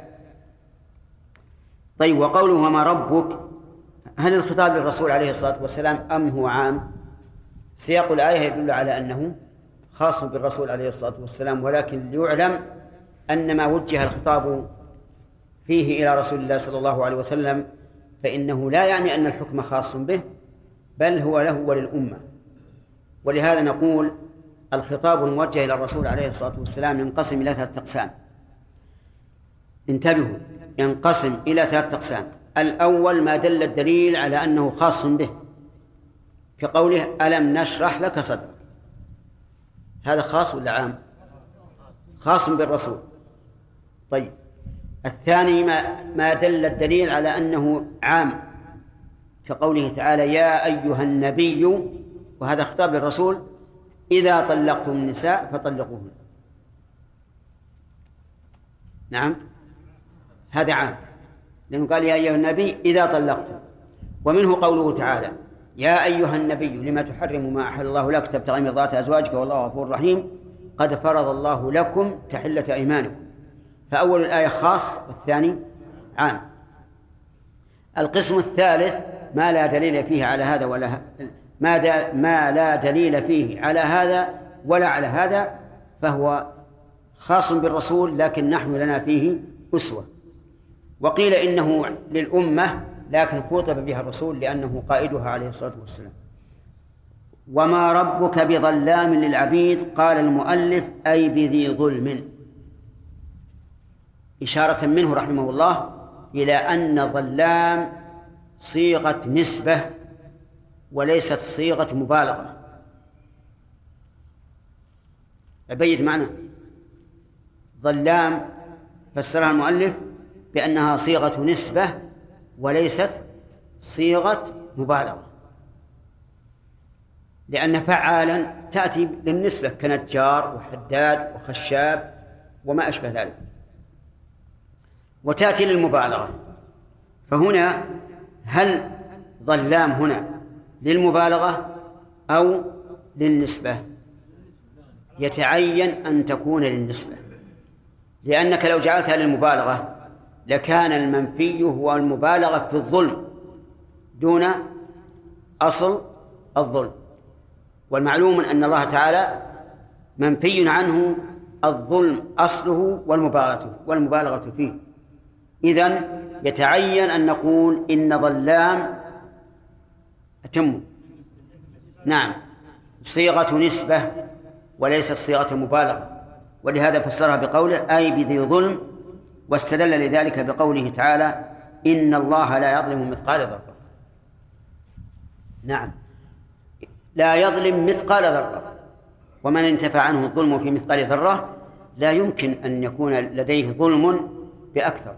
طيب وقوله وما ربك، هل الخطاب للرسول عليه الصلاة والسلام أم هو عام؟ سياق الآية يدل على أنه خاص بالرسول عليه الصلاة والسلام، ولكن ليعلم أن ما وجه الخطاب فيه إلى رسول الله صلى الله عليه وسلم فإنه لا يعني أن الحكم خاص به، بل هو له وللأمة. ولهذا نقول الخطاب الموجه إلى الرسول عليه الصلاة والسلام ينقسم إلى 3 أقسام. انتبهوا، ينقسم إلى 3 أقسام. الأول ما دل الدليل على أنه خاص به، كقوله ألم نشرح لك صدرك، هذا خاص ولا عام؟ خاص بالرسول. طيب الثاني ما دل الدليل على أنه عام، كقوله تعالى يا أيها النبي، وهذا خطاب للرسول إذا طلقتم النساء فطلقوهن. نعم هذا عام، لأنه قال يا أيها النبي إذا طلقتم. ومنه قوله تعالى يا أيها النبي لما تحرم ما أحل الله لك تبتغي مرضات أزواجك والله غفور رحيم قد فرض الله لكم تحلة أيمانكم. فأول الآية خاص والثاني عام. القسم الثالث ما لا دليل فيه على هذا ولا ما لا دليل فيه على هذا ولا على هذا، فهو خاص بالرسول لكن نحن لنا فيه أسوة. وقيل إنه للأمة لكن خاطب بها الرسول لأنه قائدها عليه الصلاة والسلام. وما ربك بظلام للعبيد، قال المؤلف أي بذي ظلم، إشارة منه رحمه الله إلى أن ظلام صيغة نسبة وليست صيغة مبالغة. أبين معنى ظلام فسرها المؤلف بأنها صيغة نسبة وليست صيغة مبالغة، لأن فعالا تأتي للنسبة كنجار وحداد وخشاب وما أشبه ذلك، وتأتي للمبالغة. فهنا هل ظلام هنا للمبالغة أو للنسبة؟ يتعين أن تكون للنسبة، لأنك لو جعلتها للمبالغة لكان المنفي هو المبالغة في الظلم دون أصل الظلم، والمعلوم أن الله تعالى منفي عنه الظلم أصله والمبالغة فيه. إذن يتعين أن نقول إن ظلام نعم صيغة نسبة وليست صيغة مبالغة، ولهذا فسرها بقوله أي بذي ظلم، واستدل لذلك بقوله تعالى إن الله لا يظلم مثقال ذرة. نعم لا يظلم مثقال ذرة، ومن انتفى عنه الظلم في مثقال ذرة لا يمكن أن يكون لديه ظلم بأكثر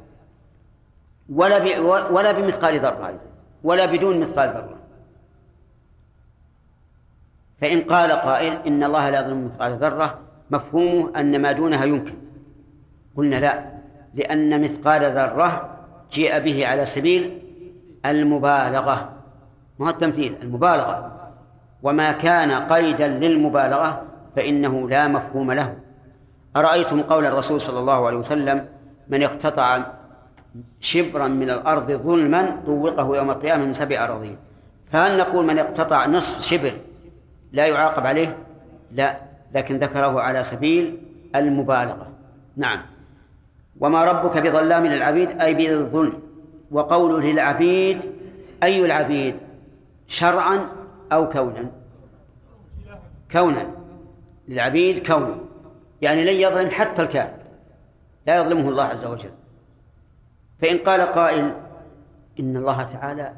ولا بمثقال ذرة ولا بدون مثقال ذرة. فإن قال قائل إن الله لا يظلم مثقال ذرة مفهومه أن ما دونها يمكن، قلنا لا، لأن مثقال ذرة جاء به على سبيل المبالغة، ما هو التمثيل، المبالغة، وما كان قيدا للمبالغة فإنه لا مفهوم له. أرأيتم قول الرسول صلى الله عليه وسلم من اقتطع شبرا من الأرض ظلما طوقه يوم القيامة من 7 أراضين، فهل نقول من اقتطع نصف شبر لا يعاقب عليه؟ لا، لكن ذكره على سبيل المبالغة. نعم وما ربك بظلام للعبيد أي بالظلم. وقوله للعبيد أي العبيد شرعا أو كونا؟ كونا، للعبيد كونا، يعني لن يظلم حتى الكافر، لا يظلمه الله عز وجل. فإن قال قائل إن الله تعالى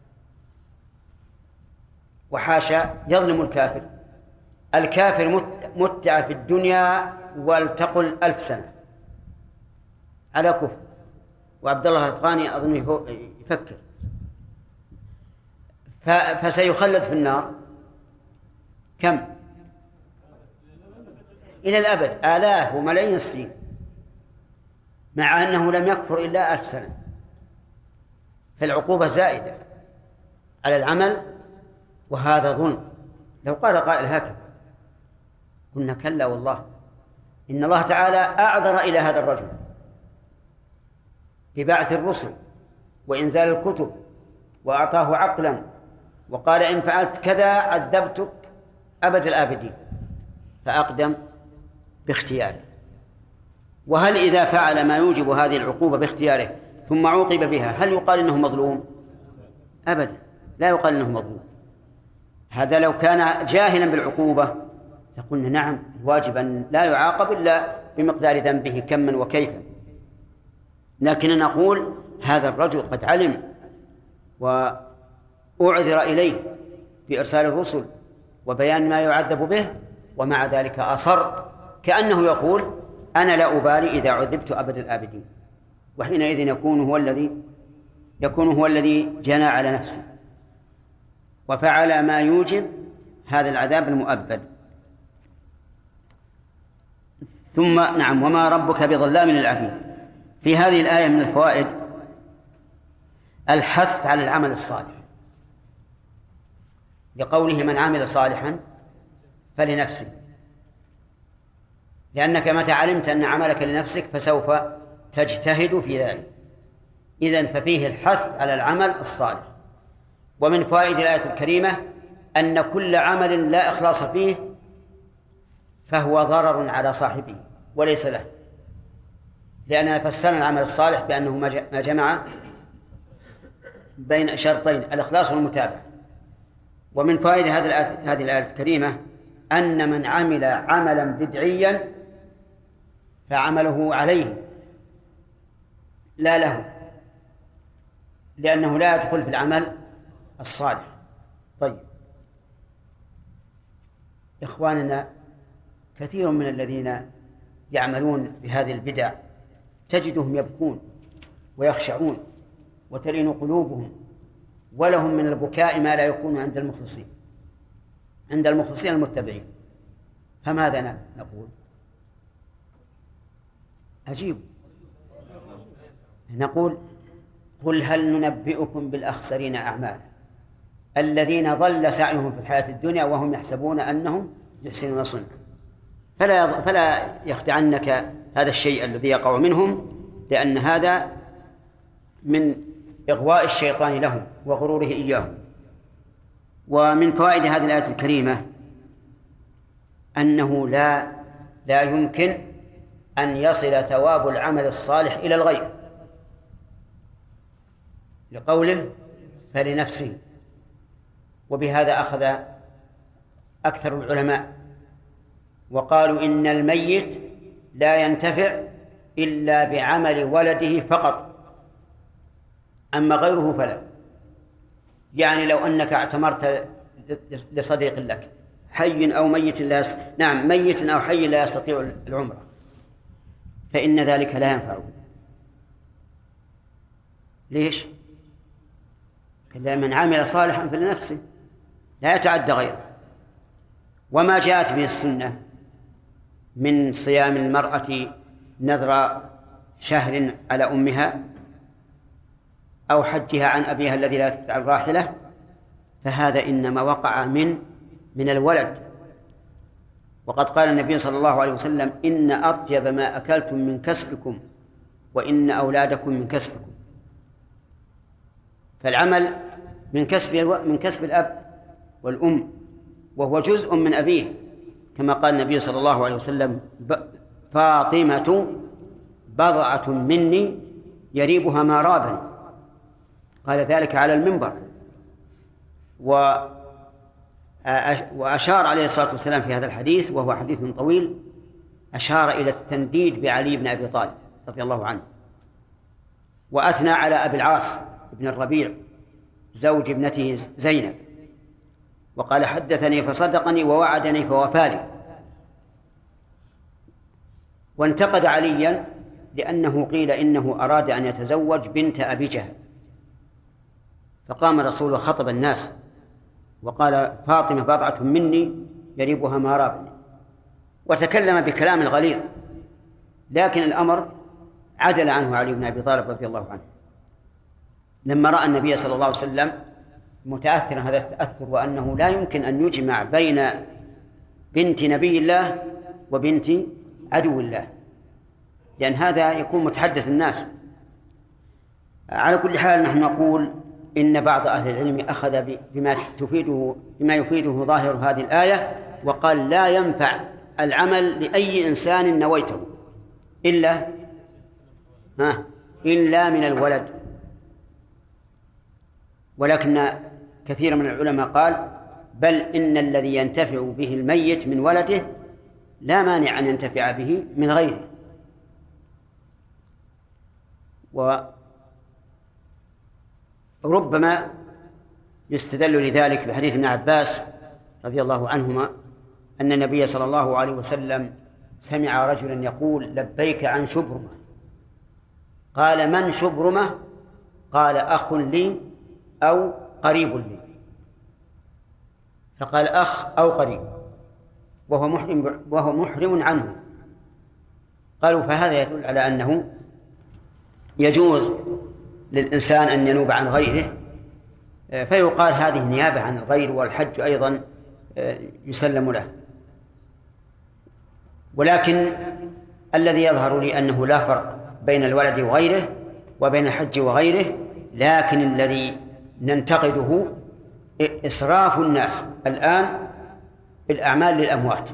وحاشا يظلم الكافر، الكافر متع في الدنيا ولتقل 1000 سنة على كفر، وعبد الله الأفغاني أظنه يفكر، فسيخلد في النار كم؟ إلى الأبد، آلاف وملايين السنين، مع أنه لم يكفر إلا 1000 سنة. فالعقوبة زائدة على العمل، وهذا ظلم. لو قال قائل هكذا قلنا كلا والله، إن الله تعالى أعذر إلى هذا الرجل ببعث الرسل وإنزال الكتب، وأعطاه عقلا، وقال إن فعلت كذا عذبتك أبد الآبدين، فأقدم باختياره. وهل إذا فعل ما يوجب هذه العقوبة باختياره ثم عوقب بها هل يقال إنه مظلوم؟ أبدا، لا يقال إنه مظلوم. هذا لو كان جاهلا بالعقوبة لقلنا نعم الواجب أن لا يعاقب إلا بمقدار ذنبه كما وكيفا، لكن نقول هذا الرجل قد علم وأعذر إليه بإرسال الرسل وبيان ما يعذب به، ومع ذلك أصر، كأنه يقول أنا لا أبالي إذا عذبت أبد الآبدين، وحينئذ يكون هو الذي جنى على نفسه وفعل ما يوجب هذا العذاب المؤبد. ثم نعم وما ربك بظلام للعبيد. في هذه الآية من الفوائد الحث على العمل الصالح، لقوله من عمل صالحا فلنفسه، لأنك متى علمت أن عملك لنفسك فسوف تجتهد في ذلك. إذن ففيه الحث على العمل الصالح. ومن فوائد الآية الكريمة أن كل عمل لا إخلاص فيه فهو ضرر على صاحبه وليس له، لأننا فسرنا العمل الصالح بأنه ما جمع بين شرطين الإخلاص والمتابعة. ومن فوائد هذه الآية الكريمة أن من عمل عملا بدعيا فعمله عليه لا له، لأنه لا يدخل في العمل الصالح. طيب إخواننا، كثير من الذين يعملون بهذه البدع تجدهم يبكون ويخشعون وتلين قلوبهم، ولهم من البكاء ما لا يكون عند المخلصين المتبعين. فماذا نقول؟ أجيب، نقول: قل هل ننبئكم بالأخسرين أعمالا الذين ضل سعيهم في الحياة الدنيا وهم يحسبون أنهم يحسنون صنعا. فلا يخدعنك هذا الشيء الذي يقع منهم، لأن هذا من إغواء الشيطان لهم وغروره إياهم. ومن فوائد هذه الآية الكريمة أنه لا يمكن أن يصل ثواب العمل الصالح إلى الغير، لقوله فلنفسه. وبهذا أخذ أكثر العلماء وقالوا إن الميت لا ينتفع إلا بعمل ولده فقط، أما غيره فلا. يعني لو أنك اعتمرت لصديق لك حي أو ميت ميت أو حي لا يستطيع العمرة، فإن ذلك لا ينفعه. ليش؟ من عمل صالحا فلنفسه، لا يتعدى غيره. وما جاءت به السنة من صيام المرأة نذر شهر على أمها أو حجها عن أبيها الذي لا تتبع الراحلة، فهذا إنما وقع من الولد. وقد قال النبي صلى الله عليه وسلم: إن أطيب ما أكلتم من كسبكم وإن أولادكم من كسبكم. فالعمل من كسب الأب والأم، وهو جزء من أبيه، كما قال النبي صلى الله عليه وسلم: فاطمة بضعة مني يريبها ما رابني. قال ذلك على المنبر. وأشار عليه الصلاة والسلام في هذا الحديث، وهو حديث طويل، أشار إلى التنديد بعلي بن أبي طالب رضي الله عنه، وأثنى على أبي العاص بن الربيع زوج ابنته زينب، وقال: حدثني فصدقني ووعدني فوفالي. وانتقد عليا لأنه قيل إنه أراد أن يتزوج بنت أبي جهل، فقام الرسول وخطب الناس وقال: فاطمة بضعة مني يريبها ما رابني، وتكلم بكلام غليظ، لكن الأمر عدل عنه علي بن أبي طالب رضي الله عنه لما رأى النبي صلى الله عليه وسلم متأثرا هذا التأثر، وأنه لا يمكن أن يجمع بين بنت نبي الله وبنت عدو الله، لأن هذا يكون متحدث الناس. على كل حال نحن نقول إن بعض أهل العلم أخذ بما يفيده ظاهر هذه الآية، وقال: لا ينفع العمل لأي إنسان نويته إلا من الولد. ولكن كثير من العلماء قال: بل إن الذي ينتفع به الميت من ولده لا مانع أن ينتفع به من غيره. وربما يستدل لذلك بحديث ابن عباس رضي الله عنهما أن النبي صلى الله عليه وسلم سمع رجلا يقول: لبيك عن شبرمة. قال: من شبرمة؟ قال: أخ لي أو قريب لي. فقال: أخ أو قريب، وهو محرم عنه. قالوا: فهذا يدل على أنه يجوز للإنسان أن ينوب عن غيره، فيقال هذه نيابة عن الغير، والحج أيضا يسلم له. ولكن الذي يظهر لي أنه لا فرق بين الولد وغيره وبين الحج وغيره، لكن الذي ننتقده إسراف الناس الآن بالأعمال للأموات.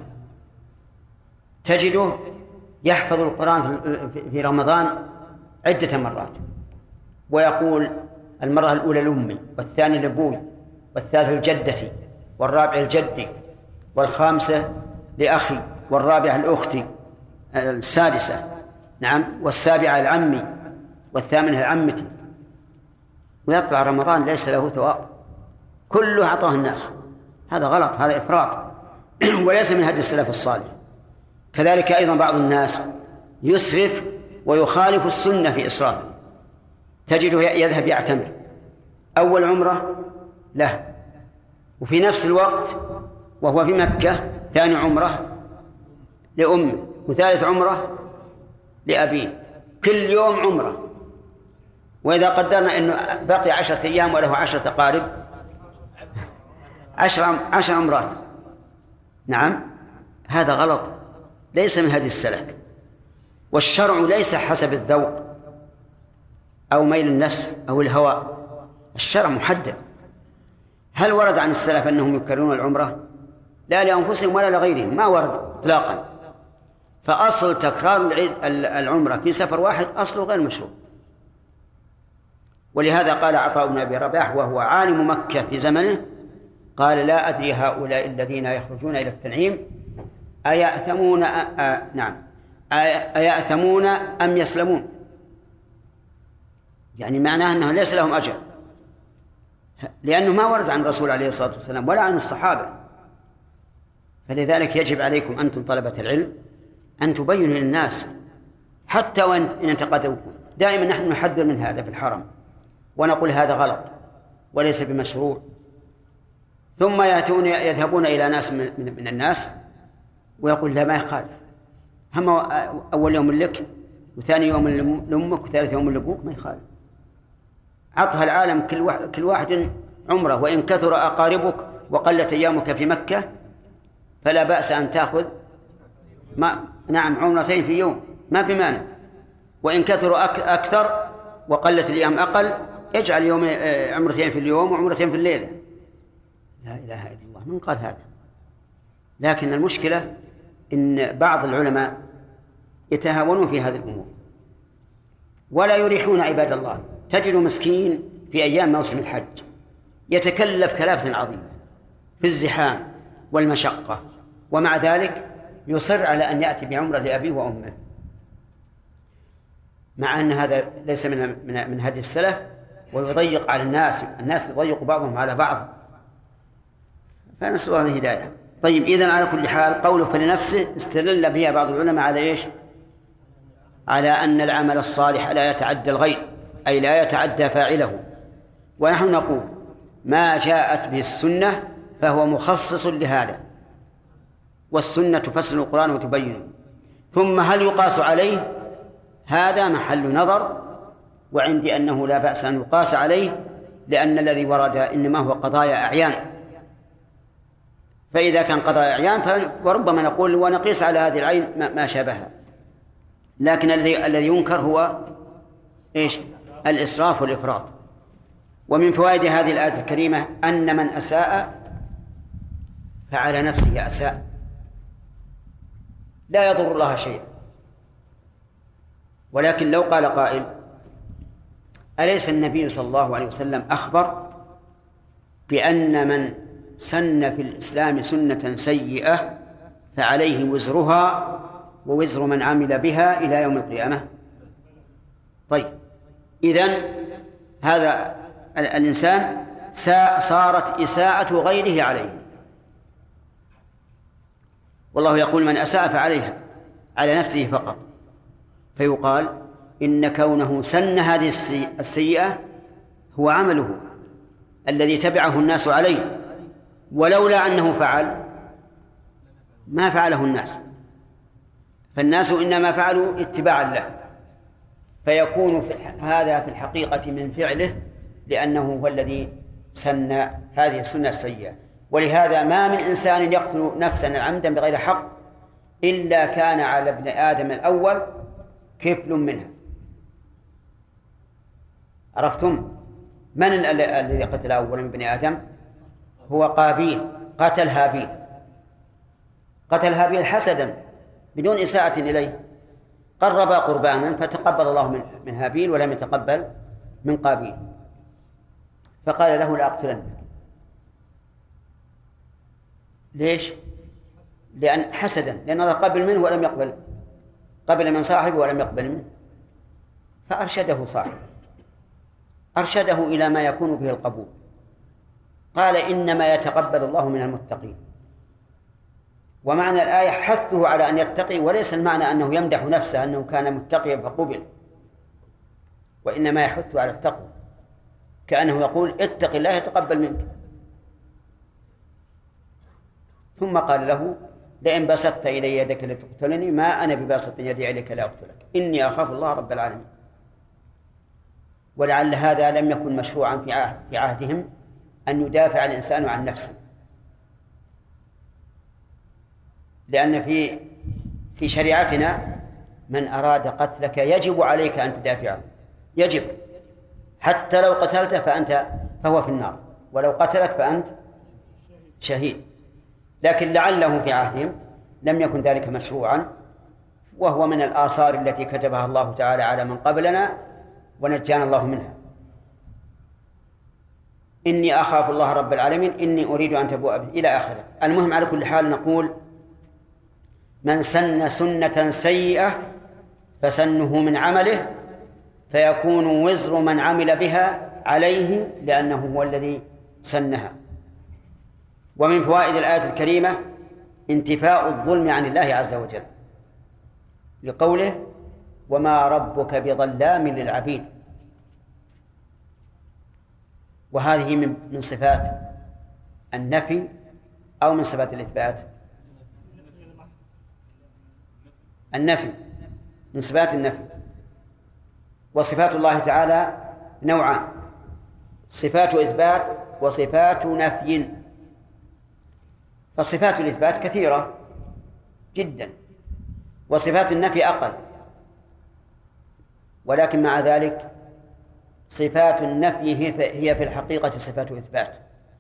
تجده يحفظ القرآن في رمضان عدة مرات، ويقول المرة الأولى لأمي، والثانية لأبوي، والثالثة لجدتي، والرابعة لجدي، والخامسة لأخي، والرابعة لأختي، السادسة نعم، والسابعة لعمي، والثامنة لعمتي. ويطلع رمضان ليس له ثواب، كله أعطاه الناس. هذا غلط، هذا إفراط وليس من هدي السلف الصالح. كذلك أيضا بعض الناس يسرف ويخالف السنة في إسرافه، تجده يذهب يعتمر أول عمرة له، وفي نفس الوقت وهو في مكة ثاني عمرة لأمه، وثالث عمرة لأبيه، كل يوم عمرة. وإذا قدرنا أنه بقي 10 أيام وله 10 أقارب، 10 عمرات. نعم، هذا غلط، ليس من هدي السلف. والشرع ليس حسب الذوق أو ميل النفس أو الهوى، الشرع محدد. هل ورد عن السلف أنهم يكررون العمرة؟ لا لأنفسهم ولا لغيرهم، ما ورد إطلاقا. فأصل تكرار العمرة في سفر واحد أصله غير مشروع. ولهذا قال عطاء بن أبي رباح وهو عالم مكة في زمنه، قال لا أدري هؤلاء الذين يخرجون إلى التنعيم أيأثمون أيأثمون أم يسلمون، يعني معناه أنه ليس لهم أجر، لأنه ما ورد عن الرسول عليه الصلاة والسلام ولا عن الصحابة. فلذلك يجب عليكم أنتم طلبة العلم أن تبينوا للناس حتى وإن انتقدوكم. دائما نحن نحذر من هذا في الحرم ونقول هذا غلط وليس بمشروع، ثم يذهبون إلى ناس من الناس ويقول لا ما يخالف، هم أول يوم لك وثاني يوم لأمك وثالث يوم لأبوك، ما يخالف. عطها العالم كل واحد عمره، وإن كثر أقاربك وقلت أيامك في مكة فلا بأس أن تأخذ عمرتين في يوم، ما في مانع. وإن كثر أكثر وقلت الأيام أقل يجعل يوم عمرتين في اليوم وعمرتين في الليلة. لا إله إلا الله، من قال هذا؟ لكن المشكلة إن بعض العلماء يتهاونون في هذه الأمور ولا يريحون عباد الله. تجد مسكين في أيام موسم الحج يتكلف كلافة عظيمة في الزحام والمشقة، ومع ذلك يصر على أن يأتي بعمرة لأبيه وأمه، مع أن هذا ليس من هدي السلف، ويضيق على الناس يضيق بعضهم على بعض، فنسأل الله الهداية. طيب، إذن على كل حال قوله فلنفسه استدل بها بعض العلماء على إيش؟ على أن العمل الصالح لا يتعدى الغير، أي لا يتعدى فاعله. ونحن نقول ما جاءت به السنة فهو مخصص لهذا، والسنة تفسر القرآن وتبينه. ثم هل يقاس عليه؟ هذا محل نظر، وعندي أنه لا بأس أن يقاس عليه، لأن الذي ورد إنما هو قضايا أعيان. فإذا كان قضايا أعيان وربما نقول ونقيس على هذه العين ما شابهها. لكن الذي ينكر هو إيش؟ الإسراف والإفراط. ومن فوائد هذه الآية الكريمة أن من أساء فعلى نفسه أساء، لا يضر الله شيئا. ولكن لو قال قائل أليس النبي صلى الله عليه وسلم أخبر بأن من سن في الإسلام سنة سيئة فعليه وزرها ووزر من عمل بها إلى يوم القيامة؟ طيب، إذن هذا الإنسان صارت إساءة غيره عليه، والله يقول من أساء فعليها، على نفسه فقط. فيقال إن كونه سن هذه السيئة هو عمله الذي تبعه الناس عليه، ولولا أنه فعل ما فعله الناس، فالناس إنما فعلوا اتباعا له، فيكون هذا في الحقيقة من فعله، لأنه هو الذي سن هذه السنة السيئة. ولهذا ما من إنسان يقتل نفسا عمدا بغير حق إلا كان على ابن آدم الأول كفل منها. عرفتم من الذي قتل أولا من بني آدم؟ هو قابيل، قتل هابيل حسدا بدون إساءة إليه، قرب قربانا فتقبل الله من هابيل ولم يتقبل من قابيل. فقال له لأقتلنك. ليش؟ لأن حسدا، لأن الله قبل منه ولم يقبل، قبل من صاحبه ولم يقبل منه، فأرشده صاحبه، أرشده إلى ما يكون به القبول. قال إنما يتقبل الله من المتقين. ومعنى الآية حثه على أن يتقي، وليس المعنى أنه يمدح نفسه أنه كان متقيا فقبل، وإنما يحث على التقوى، كأنه يقول اتق الله يتقبل منك. ثم قال له لئن بسطت إلي يدك لتقتلني ما أنا بباسط يدي إليك لأقتلك إني أخاف الله رب العالمين. ولعل هذا لم يكن مشروعا في عهدهم أن يدافع الإنسان عن نفسه، لأن في شريعتنا من أراد قتلك يجب عليك أن تدافعه، يجب، حتى لو قتلته فهو في النار، ولو قتلك فأنت شهيد. لكن لعله في عهدهم لم يكن ذلك مشروعا، وهو من الآثار التي كتبها الله تعالى على من قبلنا ونجانا الله منها. إني أخاف الله رب العالمين إني أريد أن تبوء إلى آخره. المهم على كل حال نقول من سن سنة سيئة فسنه من عمله فيكون وزر من عمل بها عليه لأنه هو الذي سنها. ومن فوائد الآية الكريمة انتفاء الظلم عن الله عز وجل، لقوله وما ربك بظلام للعبيد. وهذه من صفات النفي أو من صفات الإثبات؟ النفي، من صفات النفي. وصفات الله تعالى نوعان: صفات إثبات وصفات نفي. فصفات الإثبات كثيرة جدا، وصفات النفي أقل، ولكن مع ذلك صفات النفي هي في الحقيقة صفات إثبات،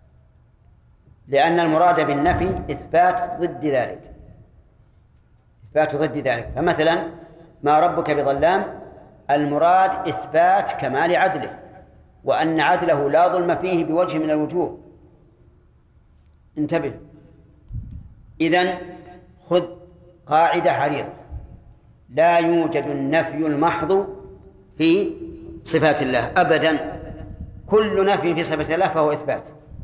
لأن المراد بالنفي إثبات ضد ذلك، إثبات ضد ذلك. فمثلا ما ربك بظلام، المراد إثبات كمال عدله، وأن عدله لا ظلم فيه بوجه من الوجوه. انتبه، إذن خذ قاعدة عريضة: لا يوجد النفي المحض في صفات الله أبدا. كل نفي في صفات الله فهو إثبات،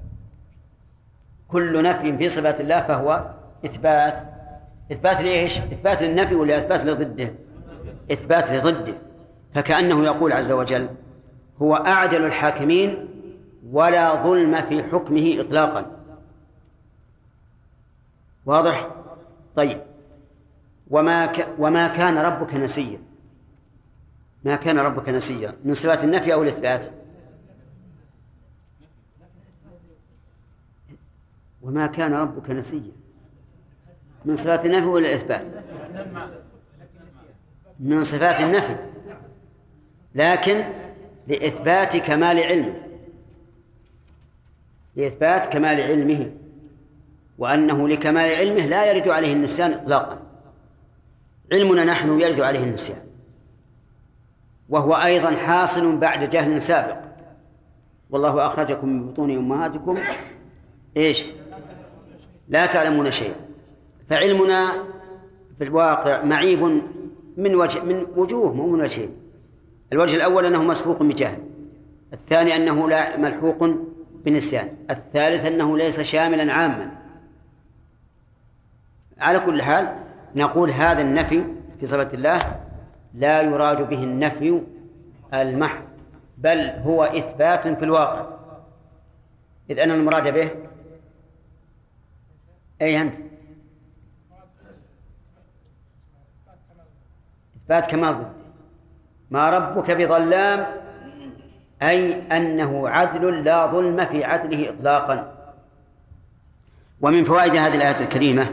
كل نفي في صفات الله فهو إثبات. إثبات لإيش؟ إثبات للنفي ولا إثبات لضده؟ إثبات لضده. فكأنه يقول عز وجل هو أعدل الحاكمين ولا ظلم في حكمه إطلاقا. واضح؟ طيب، وما كان ربك نسيا. ما كان ربك نسيا من صفات النفي أو الإثبات؟ وما كان ربك نسيا من صفات النفي ولا الإثبات؟ من صفات النفي، لكن لإثبات كمال علمه، لإثبات كمال علمه، وأنه لكمال علمه لا يرد عليه النسيان إطلاقا. علمنا نحن يرد عليه النسيان، وهو أيضا حاصل بعد جهل سابق. والله أخرجكم من بطون أمهاتكم إيش؟ لا تعلمون شيئا. فعلمنا في الواقع معيب من وجوه، مو من وجهين. الوجه الأول أنه مسبوق بجهل، الثاني أنه لا ملحوق بنسيان، الثالث أنه ليس شاملا عاما. على كل حال نقول هذا النفي في صفة الله لا يراد به النفي المحض، بل هو إثبات في الواقع، إذ أن المراد به أي أنت إثبات كمال ضده. ما ربك بظلام أي أنه عدل لا ظلم في عدله إطلاقا. ومن فوائد هذه الآية الكريمة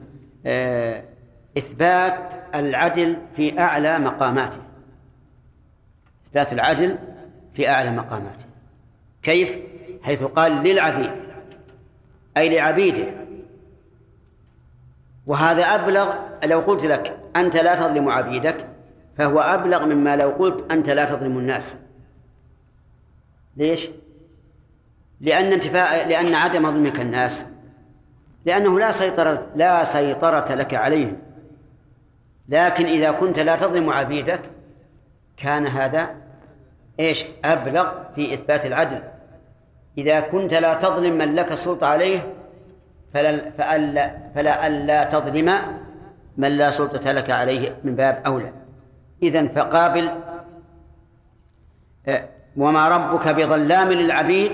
إثبات العدل في أعلى مقاماته، إثبات العدل في أعلى مقاماته. كيف؟ حيث قال للعبيد أي لعبيده، وهذا أبلغ. لو قلت لك أنت لا تظلم عبيدك فهو أبلغ مما لو قلت أنت لا تظلم الناس. ليش؟ لأن عدم ظلمك الناس لأنه لا سيطرة لك عليهم، لكن إذا كنت لا تظلم عبيدك كان هذا أبلغ في إثبات العدل. إذا كنت لا تظلم من لك سلطة عليه فلا تظلم من لا سلطة لك عليه من باب أولى. إذن فقابل وما ربك بظلام للعبيد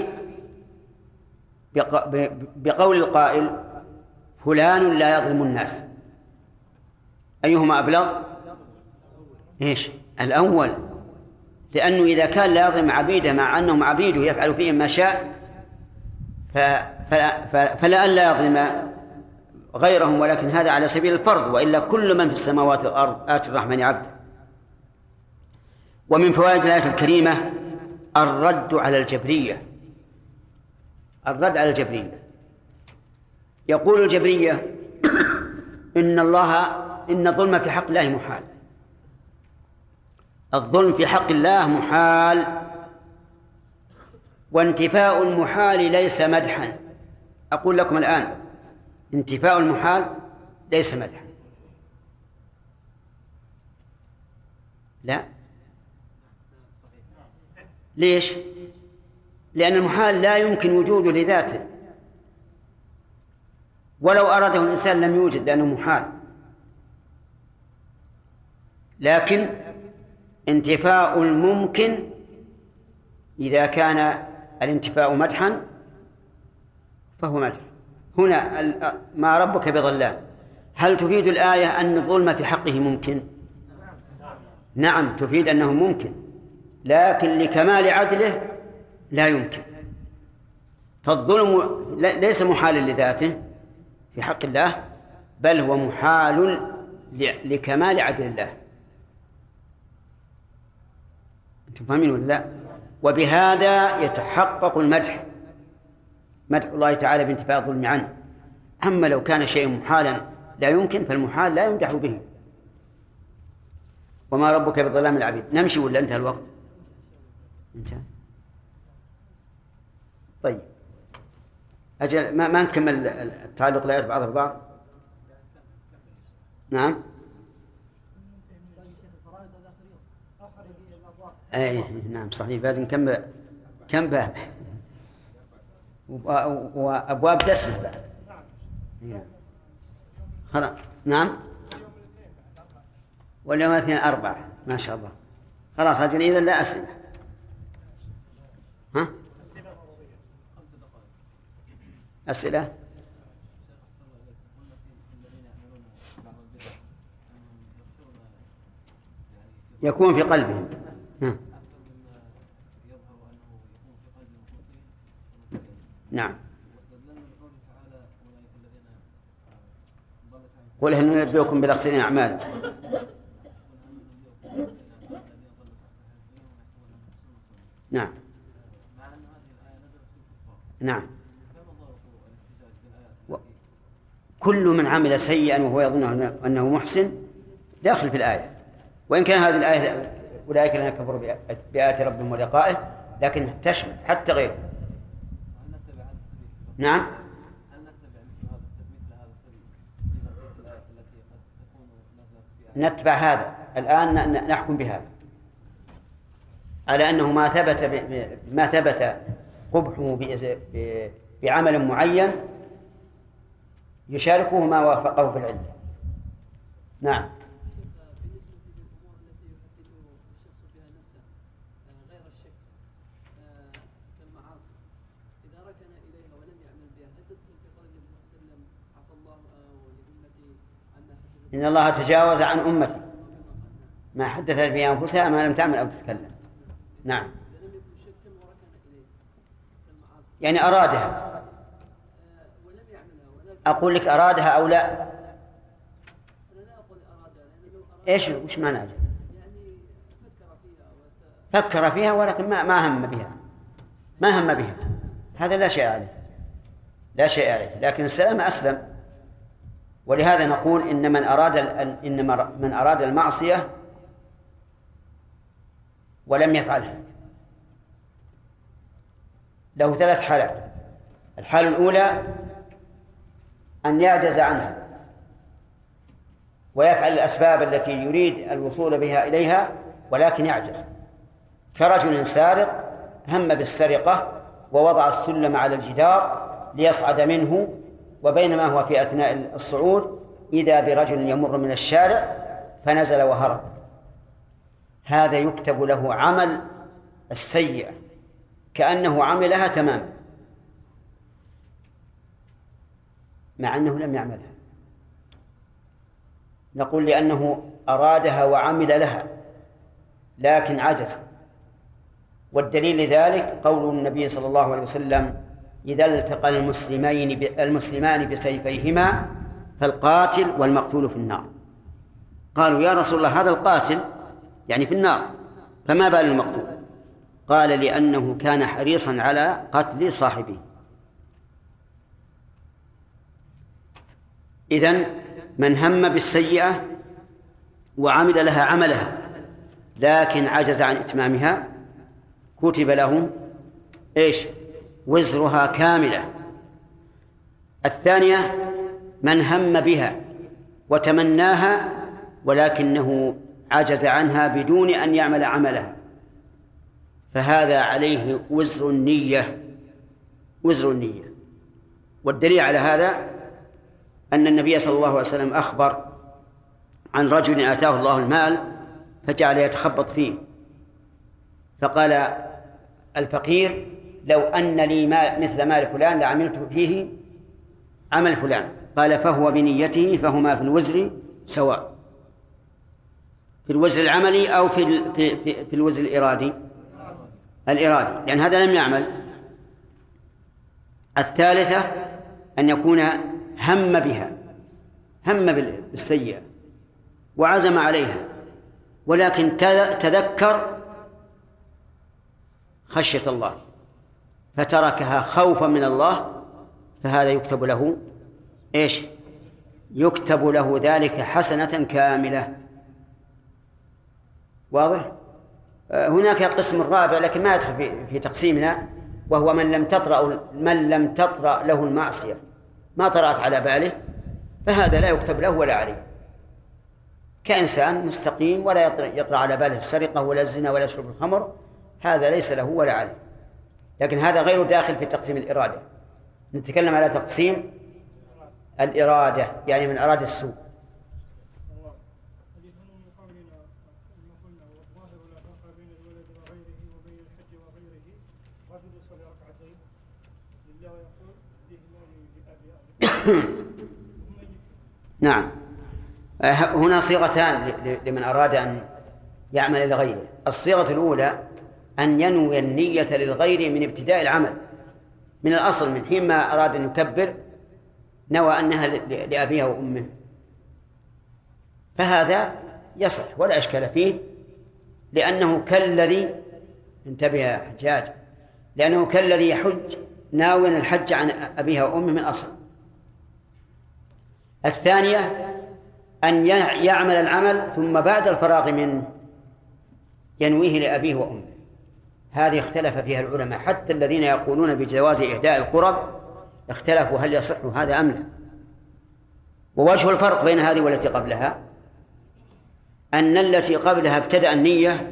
بقول القائل فلان لا يظلم الناس، أيهما أبلغ؟ الأول، لأنه إذا كان لا يظلم عبيده مع أنهم عبيده يفعل فيهم ما شاء فلا يظلم غيرهم، ولكن هذا على سبيل الفرض، وإلا كل من في السماوات والأرض آتي الرحمن عبدا. ومن فوائد الآية الكريمة الرد على الجبرية. يقول الجبرية إن الظلم في حق الله محال. الظلم في حق الله محال، وانتفاء المحال ليس مدحا. أقول لكم الآن انتفاء المحال ليس مدحا. لا، ليش؟ لأن المحال لا يمكن وجوده لذاته، ولو أراده الإنسان لم يوجد لأنه محال. لكن انتفاء الممكن إذا كان الانتفاء مدحا فهو مدح. هنا ما ربك بظلام، هل تفيد الآية أن الظلم في حقه ممكن؟ نعم، تفيد أنه ممكن، لكن لكمال عدله لا يمكن. فالظلم ليس محالا لذاته في حق الله، بل هو محال لكمال عدل الله. أنتم فاهمين ولا لا؟ وبهذا يتحقق المدح، مدح الله تعالى بانتفاء الظلم عنه. أما لو كان شيء محالا لا يمكن فالمحال لا يمدح به. وما ربك بظلام العبيد. نمشي ولا انتهى الوقت؟ انتهى. طيب أجل ما نكمل التعلق الآيات بعضها ببعض. نعم. أي نعم صحيح، بعد نكمل كم باب وأبواب تسمع بعد. خلاص. نعم. واليوم 2 4 ما شاء الله. خلاص أجل إذن لا أسئلة. ها؟ أسئلة؟ يكون في قلبهم. ها. نعم. قل هل ننبئكم بالأخسرين أعمالا. نعم. نعم. كل من عمل سيئا وهو يظن أنه محسن داخل في الآية، وإن كان هذه الآية أولئك الذين كفروا بآيات ربهم ولقائه، لكن تشمل حتى غيره. نعم. نتبع هذا الآن، نحكم بهذا على أنه ما ثبت قبحه بعمل معين يشاركه ما وافقه في العلم. نعم. إن الله تجاوز عن أمتي ما حدثت به أنفسها ما لم تعمل أو تتكلم. نعم. يعني أرادها. أقول لك أرادها أو لا؟ إيش وش معناه؟ فكر فيها ولكن ما هم بها، ما هم بها، هذا لا شيء عليه، لا شيء عليه، لكن السلام أسلم. ولهذا نقول إن من أراد المعصية ولم يفعلها له 3 حالات. الحالة الأولى أن يعجز عنها ويفعل الأسباب التي يريد الوصول بها إليها ولكن يعجز، كرجل سارق هم بالسرقة ووضع السلم على الجدار ليصعد منه، وبينما هو في أثناء الصعود إذا برجل يمر من الشارع فنزل وهرب. هذا يكتب له عمل السيئة كأنه عملها تماما مع أنه لم يعملها. نقول لأنه أرادها وعمل لها لكن عجز. والدليل لذلك قول النبي صلى الله عليه وسلم: إذا التقى المسلمان بسيفيهما فالقاتل والمقتول في النار. قالوا: يا رسول الله، هذا القاتل يعني في النار، فما بال المقتول؟ قال: لأنه كان حريصا على قتل صاحبه. إذن من هم بالسيئة وعمل لها عملها لكن عجز عن إتمامها كتب له وزرها كاملة. الثانية: من هم بها وتمناها ولكنه عجز عنها بدون أن يعمل عملها، فهذا عليه وزر النية. والدليل على هذا أن النبي صلى الله عليه وسلم أخبر عن رجل آتاه الله المال فجعل يتخبط فيه، فقال الفقير: لو أن لي مثل مال فلان لعملت فيه عمل فلان. قال: فهو بنيته، فهما في الوزر سواء، في الوزر العملي أو في الوزر الإرادي، لأن هذا لم يعمل. الثالثة أن يكون هم بها، هم بالسيئة وعزم عليها ولكن تذكر خشية الله فتركها خوفا من الله، فهذا يكتب له يكتب له ذلك حسنة كاملة. واضح؟ هناك قسم رابع لكن ما يدخل في تقسيمنا، وهو من لم تطرأ له المعصية، ما طرأت على باله، فهذا لا يكتب له ولا عليه، كإنسان مستقيم ولا يطرأ على باله السرقة ولا الزنا ولا شرب الخمر، هذا ليس له ولا عليه. لكن هذا غير داخل في تقسيم الإرادة. نتكلم على تقسيم الإرادة، يعني من أراد السوء. نعم، هنا صيغتان لمن أراد أن يعمل لغيره. الصيغة الأولى أن ينوي النية للغير من ابتداء العمل، من الأصل من حين ما أراد أن يكبر نوى أنها لأبيها وأمه، فهذا يصح ولا إشكال فيه، لأنه كالذي انتبه يا حجاج، لأنه كالذي يحج ناويا الحج عن أبيها وأمه من أصل. الثانية أن يعمل العمل ثم بعد الفراغ منه ينويه لأبيه وأمه. هذه اختلف فيها العلماء، حتى الذين يقولون بجواز إهداء القرب اختلفوا هل يصح هذا أم لا. ووجه الفرق بين هذه والتي قبلها أن التي قبلها ابتدأ النية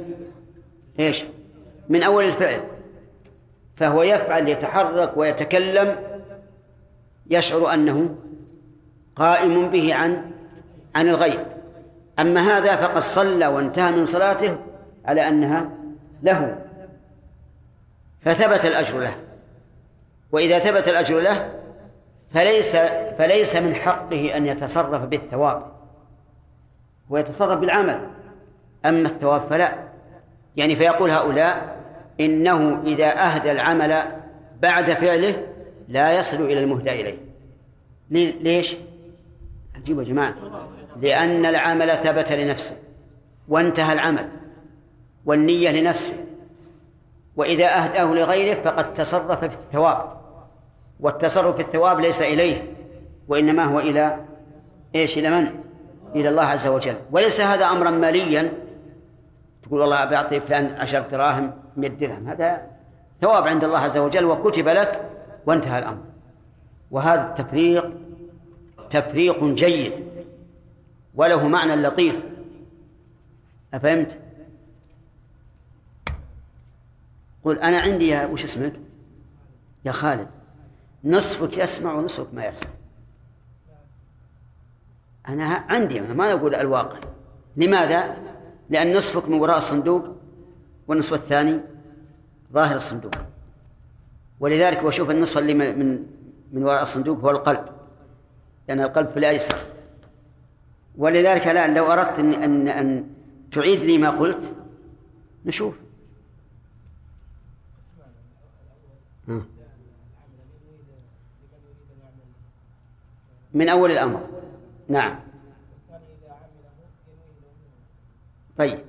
من أول الفعل، فهو يفعل يتحرك ويتكلم يشعر أنه قائم به عن الغير. أما هذا فقد صلى وانتهى من صلاته على أنها له، فثبت الأجر له. وإذا ثبت الأجر له فليس من حقه أن يتصرف بالثواب ويتصرف بالعمل، أما الثواب فلا. يعني فيقول هؤلاء إنه إذا أهدى العمل بعد فعله لا يصل إلى المهدى إليه. ليش؟ عجيب يا جماعة، لأن العمل ثبت لنفسه وانتهى العمل والنية لنفسه، وإذا أهداه لغيره فقد تصرف في الثواب، والتصرف في الثواب ليس إليه وإنما هو إلى إلى من؟ إلى الله عز وجل. وليس هذا أمرا ماليا تقول والله بعطي فلان 10 دراهم 100 درهم، هذا ثواب عند الله عز وجل وكتب لك وانتهى الأمر. وهذا التفريق تفريق جيد وله معنى لطيف. أفهمت؟ قل أنا عندي يا وش اسمك يا خالد، نصفك يسمع ونصفك ما يسمع. أنا عندي ما نقول الواقع. لماذا؟ لأن نصفك من وراء الصندوق والنصف الثاني ظاهر الصندوق، ولذلك وشوف النصف اللي من وراء الصندوق هو القلب، لأن القلب في الأيسر. ولذلك الآن لو أردت أن تعيد لي ما قلت نشوف. من أول الأمر. نعم. طيب،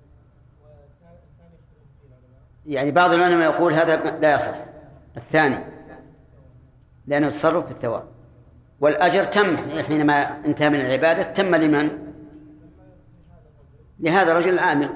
يعني بعض العلماء يقول هذا لا يصح الثاني لأنه تصرف في الثواب، والأجر تم حينما انتهى من العبادة. تم لمن؟ لهذا الرجل العامل.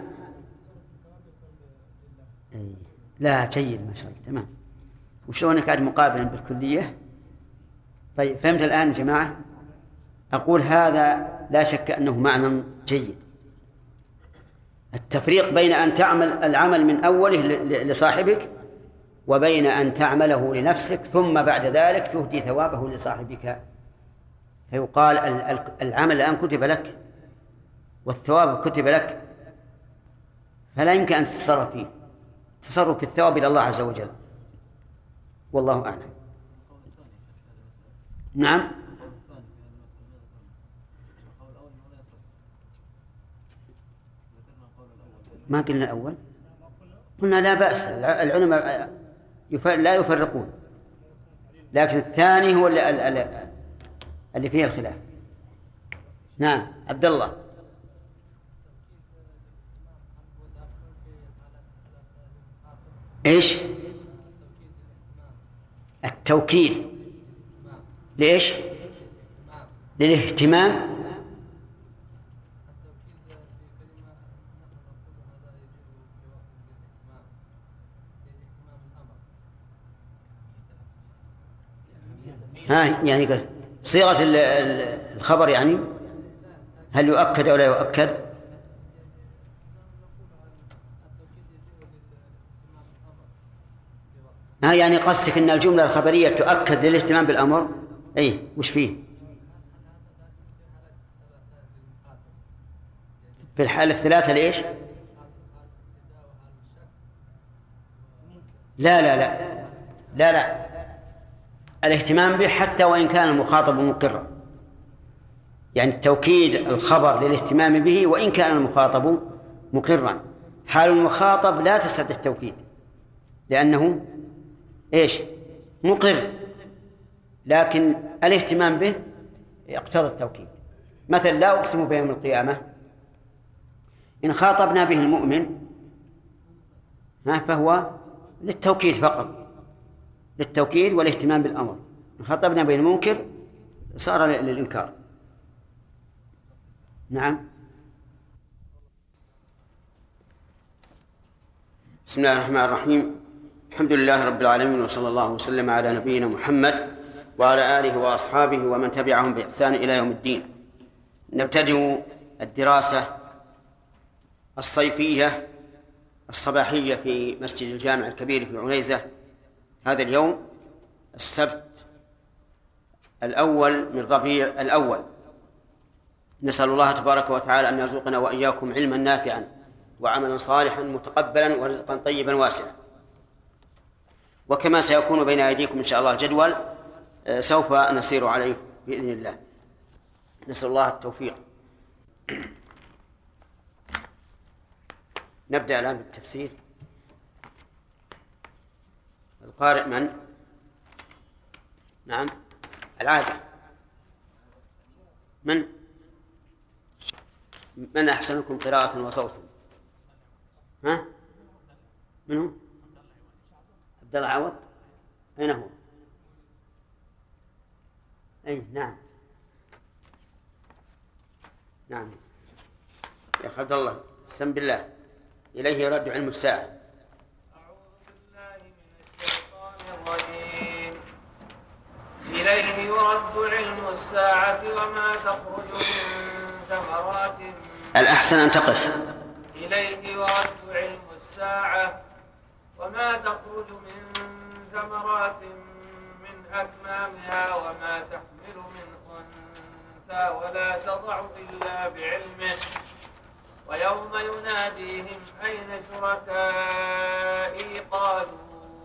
لا جيد ما شاء الله تمام. وشلونك قاعد مقابلا بالكلية؟ طيب فهمت الآن يا جماعة؟ أقول هذا لا شك أنه معنى جيد، التفريق بين أن تعمل العمل من أوله لصاحبك وبين أن تعمله لنفسك ثم بعد ذلك تهدي ثوابه لصاحبك. فيقال العمل الآن كتب لك والثواب كتب لك، فلا يمكن أن تتصرف فيه. تصرف في الثواب إلى الله عز وجل، والله أعلم. نعم. ما قلنا الأول، قلنا لا بأس، العلماء لا يفرقون، لكن الثاني هو اللي فيه الخلاف. نعم عبد الله. إيش التوكيد؟ ليش؟ للاهتمام. يعني صيغة الخبر، يعني هل يؤكد أو لا يؤكد؟ يعني قصدك أن الجملة الخبرية تؤكد للاهتمام بالأمر؟ أي وش فيه؟ في الحالة الثلاثة ليش؟ لا لا لا لا لا، الاهتمام به حتى وإن كان المخاطب مقرا، يعني التوكيد الخبر للاهتمام به وإن كان المخاطب مقرا. حال المخاطب لا تستدعي التوكيد لأنه إيش؟ مقر، لكن الاهتمام به يقتضي التوكيد. مثلا لا أقسم بيوم القيامة، إن خاطبنا به المؤمن فهو للتوكيد فقط، للتوكيد والاهتمام بالأمر. إن خاطبنا به المنكر صار للإنكار. نعم. بسم الله الرحمن الرحيم. الحمد لله رب العالمين، وصلى الله وسلم على نبينا محمد وعلى آله وأصحابه ومن تبعهم بإحسان إلى يوم الدين. نبتدئ الدراسة الصيفية الصباحية في مسجد الجامع الكبير في عنيزة هذا اليوم السبت الأول من ربيع الأول. نسأل الله تبارك وتعالى أن يرزقنا وإياكم علما نافعا وعملا صالحا متقبلا ورزقا طيبا واسعا. وكما سيكون بين أيديكم إن شاء الله الجدول سوف نسير عليه بإذن الله. نسأل الله التوفيق. نبدأ الآن بالتفسير. القارئ من؟ نعم العادة. من أحسنكم قراءة وصوتا؟ ها؟ من هو؟ عبد الله عوض. أين هو؟ أي نعم نعم يا أخي عبد الله، سم بالله، إليه يرد علم الساعة. أعوذ بالله من يرد علم الساعة وما تخرج من ثمرات الأحسن أن تقف. إليه يرد علم الساعة وما تخرج من ثمرات من أكمامها وما تحمل من أنثى ولا تضع إلا بعلمه ويوم يناديهم أين شركائي قالوا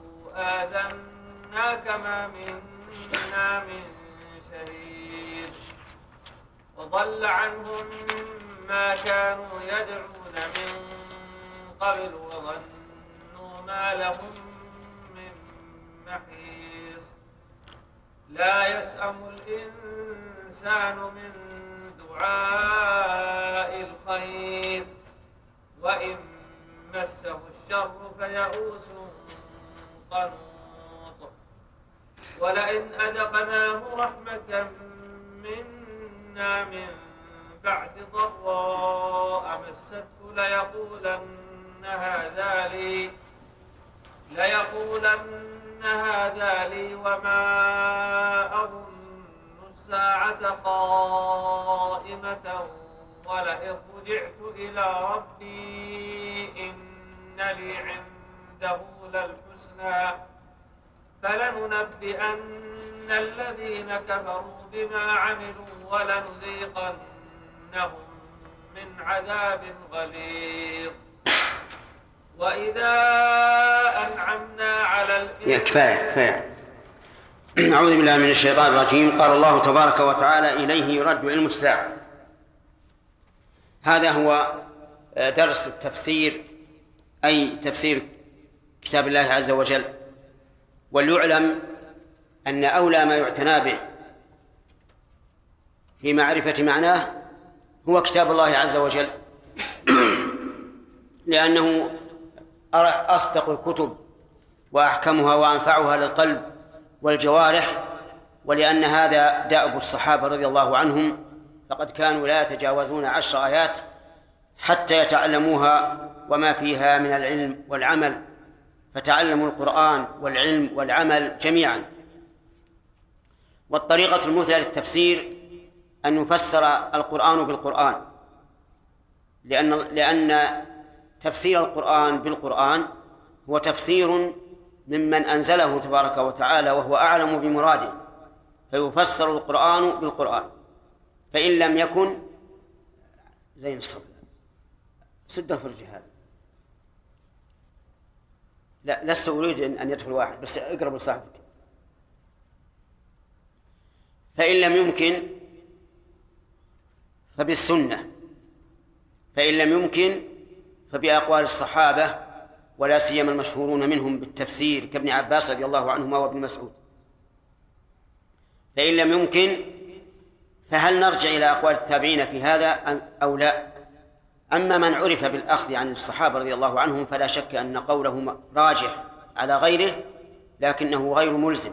آذناك ما منا من شهيد وضل عنهم ما كانوا يدعون من قبل وظنوا ما لهم من محيص لا يسأم الإنسان من دعاء الخير وإن مسه الشر فيئوس قنوط ولئن أذقناه رحمة منا من بعد ضراء مسته ليقولن هذا لي وما أظن الساعة قائمة ولئن رجعت إلى ربي إن لي عنده للحسنى فلننبئن الذين كفروا بما عملوا ولنذيقنهم من عذاب غليظ وإذا أنعمنا على الإنسان كفاية. أعوذ بالله من الشيطان الرجيم. قال الله تبارك وتعالى إليه يرد علم الساعة. هذا هو درس التفسير، أي تفسير كتاب الله عز وجل. وليعلم أن أولى ما يعتنى به في معرفة معناه هو كتاب الله عز وجل لأنه أصدق الكتب وأحكمها وأنفعها للقلب والجوارح، ولأن هذا دأب الصحابة رضي الله عنهم، فقد كانوا لا يتجاوزون 10 آيات حتى يتعلموها وما فيها من العلم والعمل، فتعلموا القرآن والعلم والعمل جميعا. والطريقة المثلى للتفسير أن يفسر القرآن بالقرآن، لأن تفسير القرآن بالقرآن هو تفسير ممن أنزله تبارك وتعالى وهو أعلم بمراده، فيفسر القرآن بالقرآن. فإن لم يكن زين الصبر سد الفرج هذا، لا لست أريد أن يدخل واحد، بس اقرب لصاحبك. فإن لم يمكن فبالسنة، فإن لم يمكن فبأقوال الصحابة ولا سيما المشهورون منهم بالتفسير كابن عباس رضي الله عنهما وابن مسعود. فإن لم يمكن فهل نرجع إلى أقوال التابعين في هذا أو لا؟ أما من عرف بالأخذ عن الصحابة رضي الله عنهم فلا شك أن قوله راجح على غيره، لكنه غير ملزم.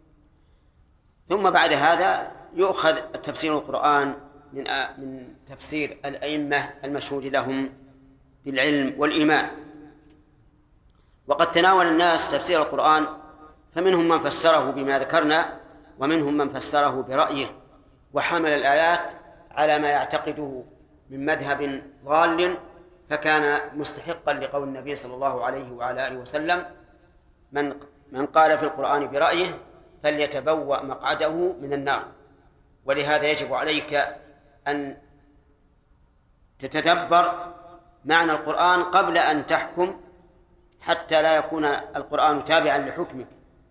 ثم بعد هذا يؤخذ تفسير القرآن من تفسير الأئمة المشهود لهم بالعلم والإيمان. وقد تناول الناس تفسير القرآن، فمنهم من فسره بما ذكرنا، ومنهم من فسره برأيه وحمل الآيات على ما يعتقده من مذهب ضال، فكان مستحقا لقول النبي صلى الله عليه وعلى آله وسلم: من قال في القرآن برأيه فليتبوأ مقعده من النار. ولهذا يجب عليك أن تتدبر معنى القرآن قبل أن تحكم، حتى لا يكون القرآن تابعا لحكمك.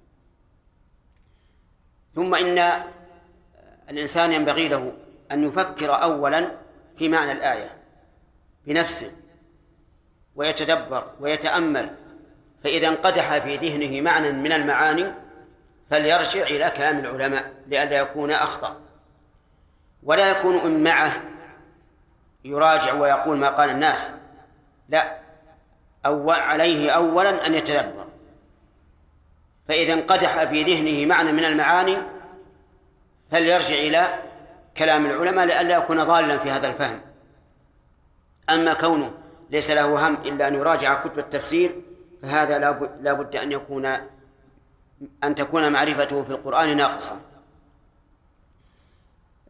ثم إن الإنسان ينبغي له أن يفكر أولا في معنى الآية بنفسه ويتدبر ويتأمل، فإذا انقدح في ذهنه معنى من المعاني فليرجع إلى كلام العلماء لئلا يكون أخطأ، ولا يكون إن معه يراجع ويقول ما قال الناس، لا، عليه أولا أن يتدبر. فإذا انقدح في ذهنه معنى من المعاني فليرجع إلى كلام العلماء لئلا يكون ضالا في هذا الفهم. أما كونه ليس له هم إلا أن يراجع كتب التفسير فهذا لا بد أن تكون معرفته في القرآن ناقصة.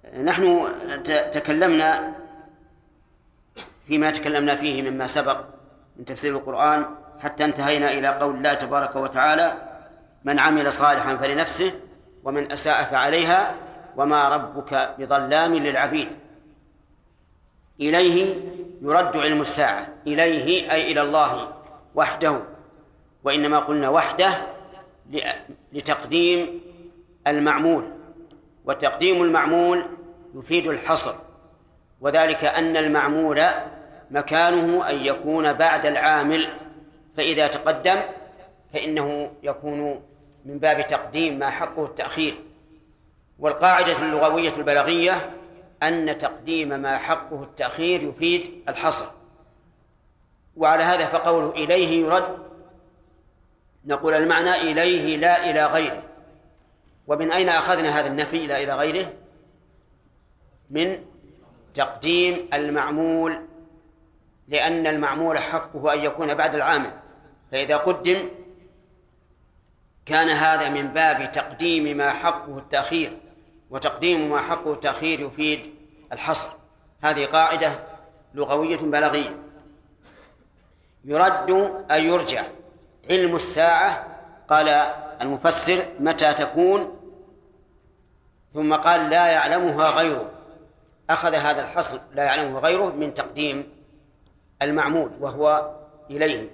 نحن تكلمنا فيما تكلمنا فيه مما سبق من تفسير القرآن حتى انتهينا إلى قول الله تبارك وتعالى: من عمل صالحا فلنفسه ومن أساء فعليها وما ربك بظلام للعبيد. إليه يرد علم الساعة، إليه أي إلى الله وحده، وإنما قلنا وحده لتقديم المعمول، وتقديم المعمول يفيد الحصر، وذلك أن المعمول مكانه أن يكون بعد العامل، فإذا تقدم فإنه يكون من باب تقديم ما حقه التأخير. والقاعدة اللغوية البلاغية أن تقديم ما حقه التأخير يفيد الحصر، وعلى هذا فقوله إليه يرد نقول المعنى إليه لا إلى غيره. ومن أين أخذنا هذا النفي لا إلى غيره؟ من تقديم المعمول، لأن المعمول حقه أن يكون بعد العامل، فإذا قدم كان هذا من باب تقديم ما حقه التأخير، وتقديم ما حقه التأخير يفيد الحصر. هذه قاعدة لغوية بلاغية. يرد أي يرجع. علم الساعة قال المفسر متى تكون، ثم قال لا يعلمها غيره، أخذ هذا الحصر لا يعلمه غيره من تقديم المعمول وهو إليه.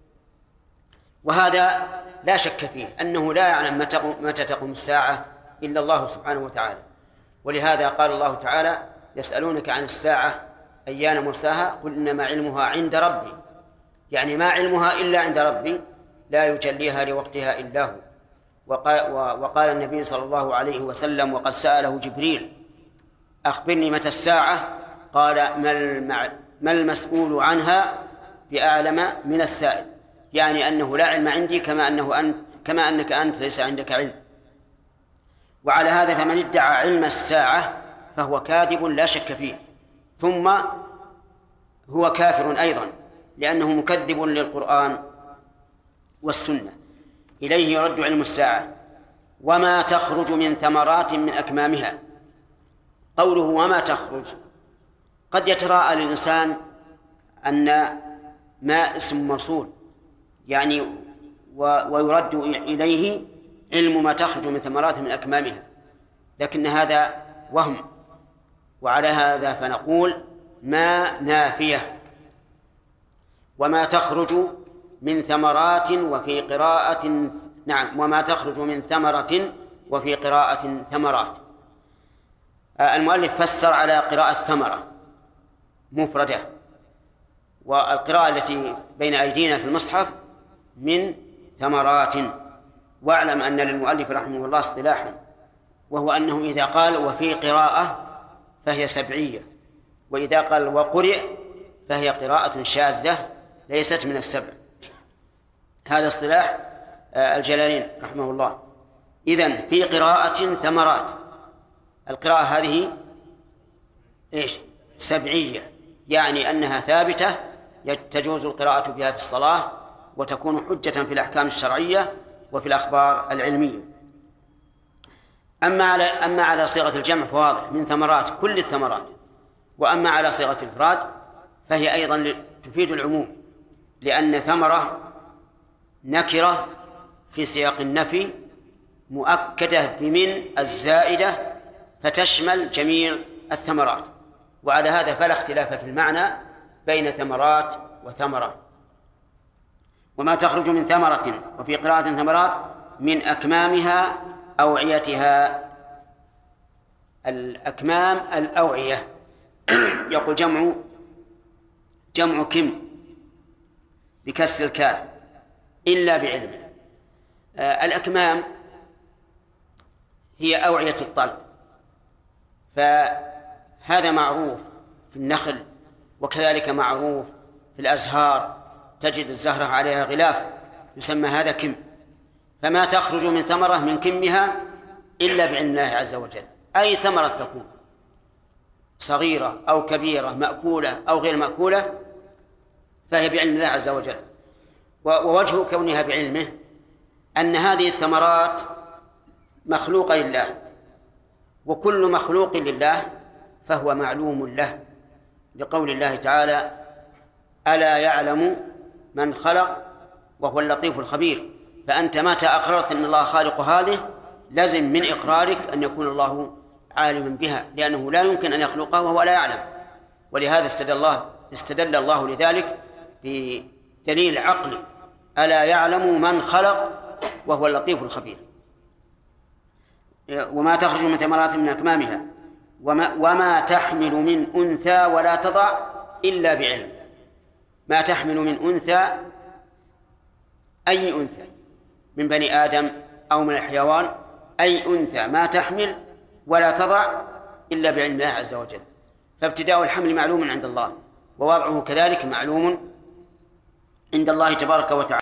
وهذا لا شك فيه أنه لا يعلم متى تقوم الساعة إلا الله سبحانه وتعالى، ولهذا قال الله تعالى: يسألونك عن الساعة أيان مرساها قل إنما علمها عند ربي، يعني ما علمها إلا عند ربي لا يجليها لوقتها إلا هو. وقال النبي صلى الله عليه وسلم وقد سأله جبريل: أخبرني متى الساعة؟ قال: ما المسؤول عنها بأعلم من السائل، يعني أنه لا علم عندي كما أنك أنت ليس عندك علم. وعلى هذا فمن ادعى علم الساعة فهو كاذب لا شك فيه، ثم هو كافر أيضا لأنه مكذب للقرآن والسنة. إليه يرد علم الساعة وما تخرج من ثمرات من أكمامها. قوله وما تخرج قد يتراءى للإنسان أن ما اسم موصول يعني ويرد إليه علم ما تخرج من ثمرات من أكمامها، لكن هذا وهم، وعلى هذا فنقول ما نافية. وما تخرج من ثمرات وفي قراءة وما تخرج من ثمرة وفي قراءة ثمرات. المؤلف فسر على قراءة ثمرة مفردة، والقراءة التي بين أيدينا في المصحف من ثمرات. واعلم أن للمؤلف رحمه الله اصطلاحا، وهو أنه إذا قال وفي قراءة فهي سبعية، وإذا قال وقرئ فهي قراءة شاذة ليست من السبع. هذا اصطلاح الجلالين رحمه الله. إذن في قراءة ثمرات، القراءة هذه سبعية، يعني أنها ثابتة تجوز القراءة بها في الصلاة وتكون حجة في الأحكام الشرعية وفي الأخبار العلمية. أما على صيغة الجمع فواضح من ثمرات كل الثمرات، وأما على صيغة الإفراد فهي أيضا تفيد العموم، لأن ثمرة نكرة في سياق النفي مؤكدة بمن الزائدة فتشمل جميع الثمرات. وعلى هذا فلا اختلاف في المعنى بين ثمرات وثمرة. وما تخرج من ثمرة وفي قراءة ثمرات من أكمامها أوعيتها. الأكمام الأوعية يقول جمع كم بكسر الكاف إلا بعلمه. الأكمام هي أوعية الطلب، فهذا معروف في النخل، وكذلك معروف في الأزهار، تجد الزهرة عليها غلاف يسمى هذا كم. فما تخرج من ثمرة من كمها إلا بعلم الله عز وجل، أي ثمرة تكون صغيرة أو كبيرة مأكولة أو غير مأكولة فهي بعلم الله عز وجل. ووجه كونها بعلمه أن هذه الثمرات مخلوقة لله، وكل مخلوق لله فهو معلوم له، لقول الله تعالى: ألا يعلم من خلق وهو اللطيف الخبير. فأنت متى أقررت أن الله خالق هذه لازم من إقرارك أن يكون الله عالما بها، لأنه لا يمكن أن يخلقها وهو لا يعلم. ولهذا استدل الله لذلك بدليل عقلي: ألا يعلم من خلق وهو اللطيف الخبير. وما تخرج من ثمرات من أكمامها وما تحمل من أنثى ولا تضع إلا بعلم. ما تحمل من أنثى، أي أنثى من بني آدم أو من الحيوان، أي أنثى ما تحمل ولا تضع إلا بعلم الله عز وجل. فابتداء الحمل معلوم عند الله، ووضعه كذلك معلوم عند الله تبارك وتعالى.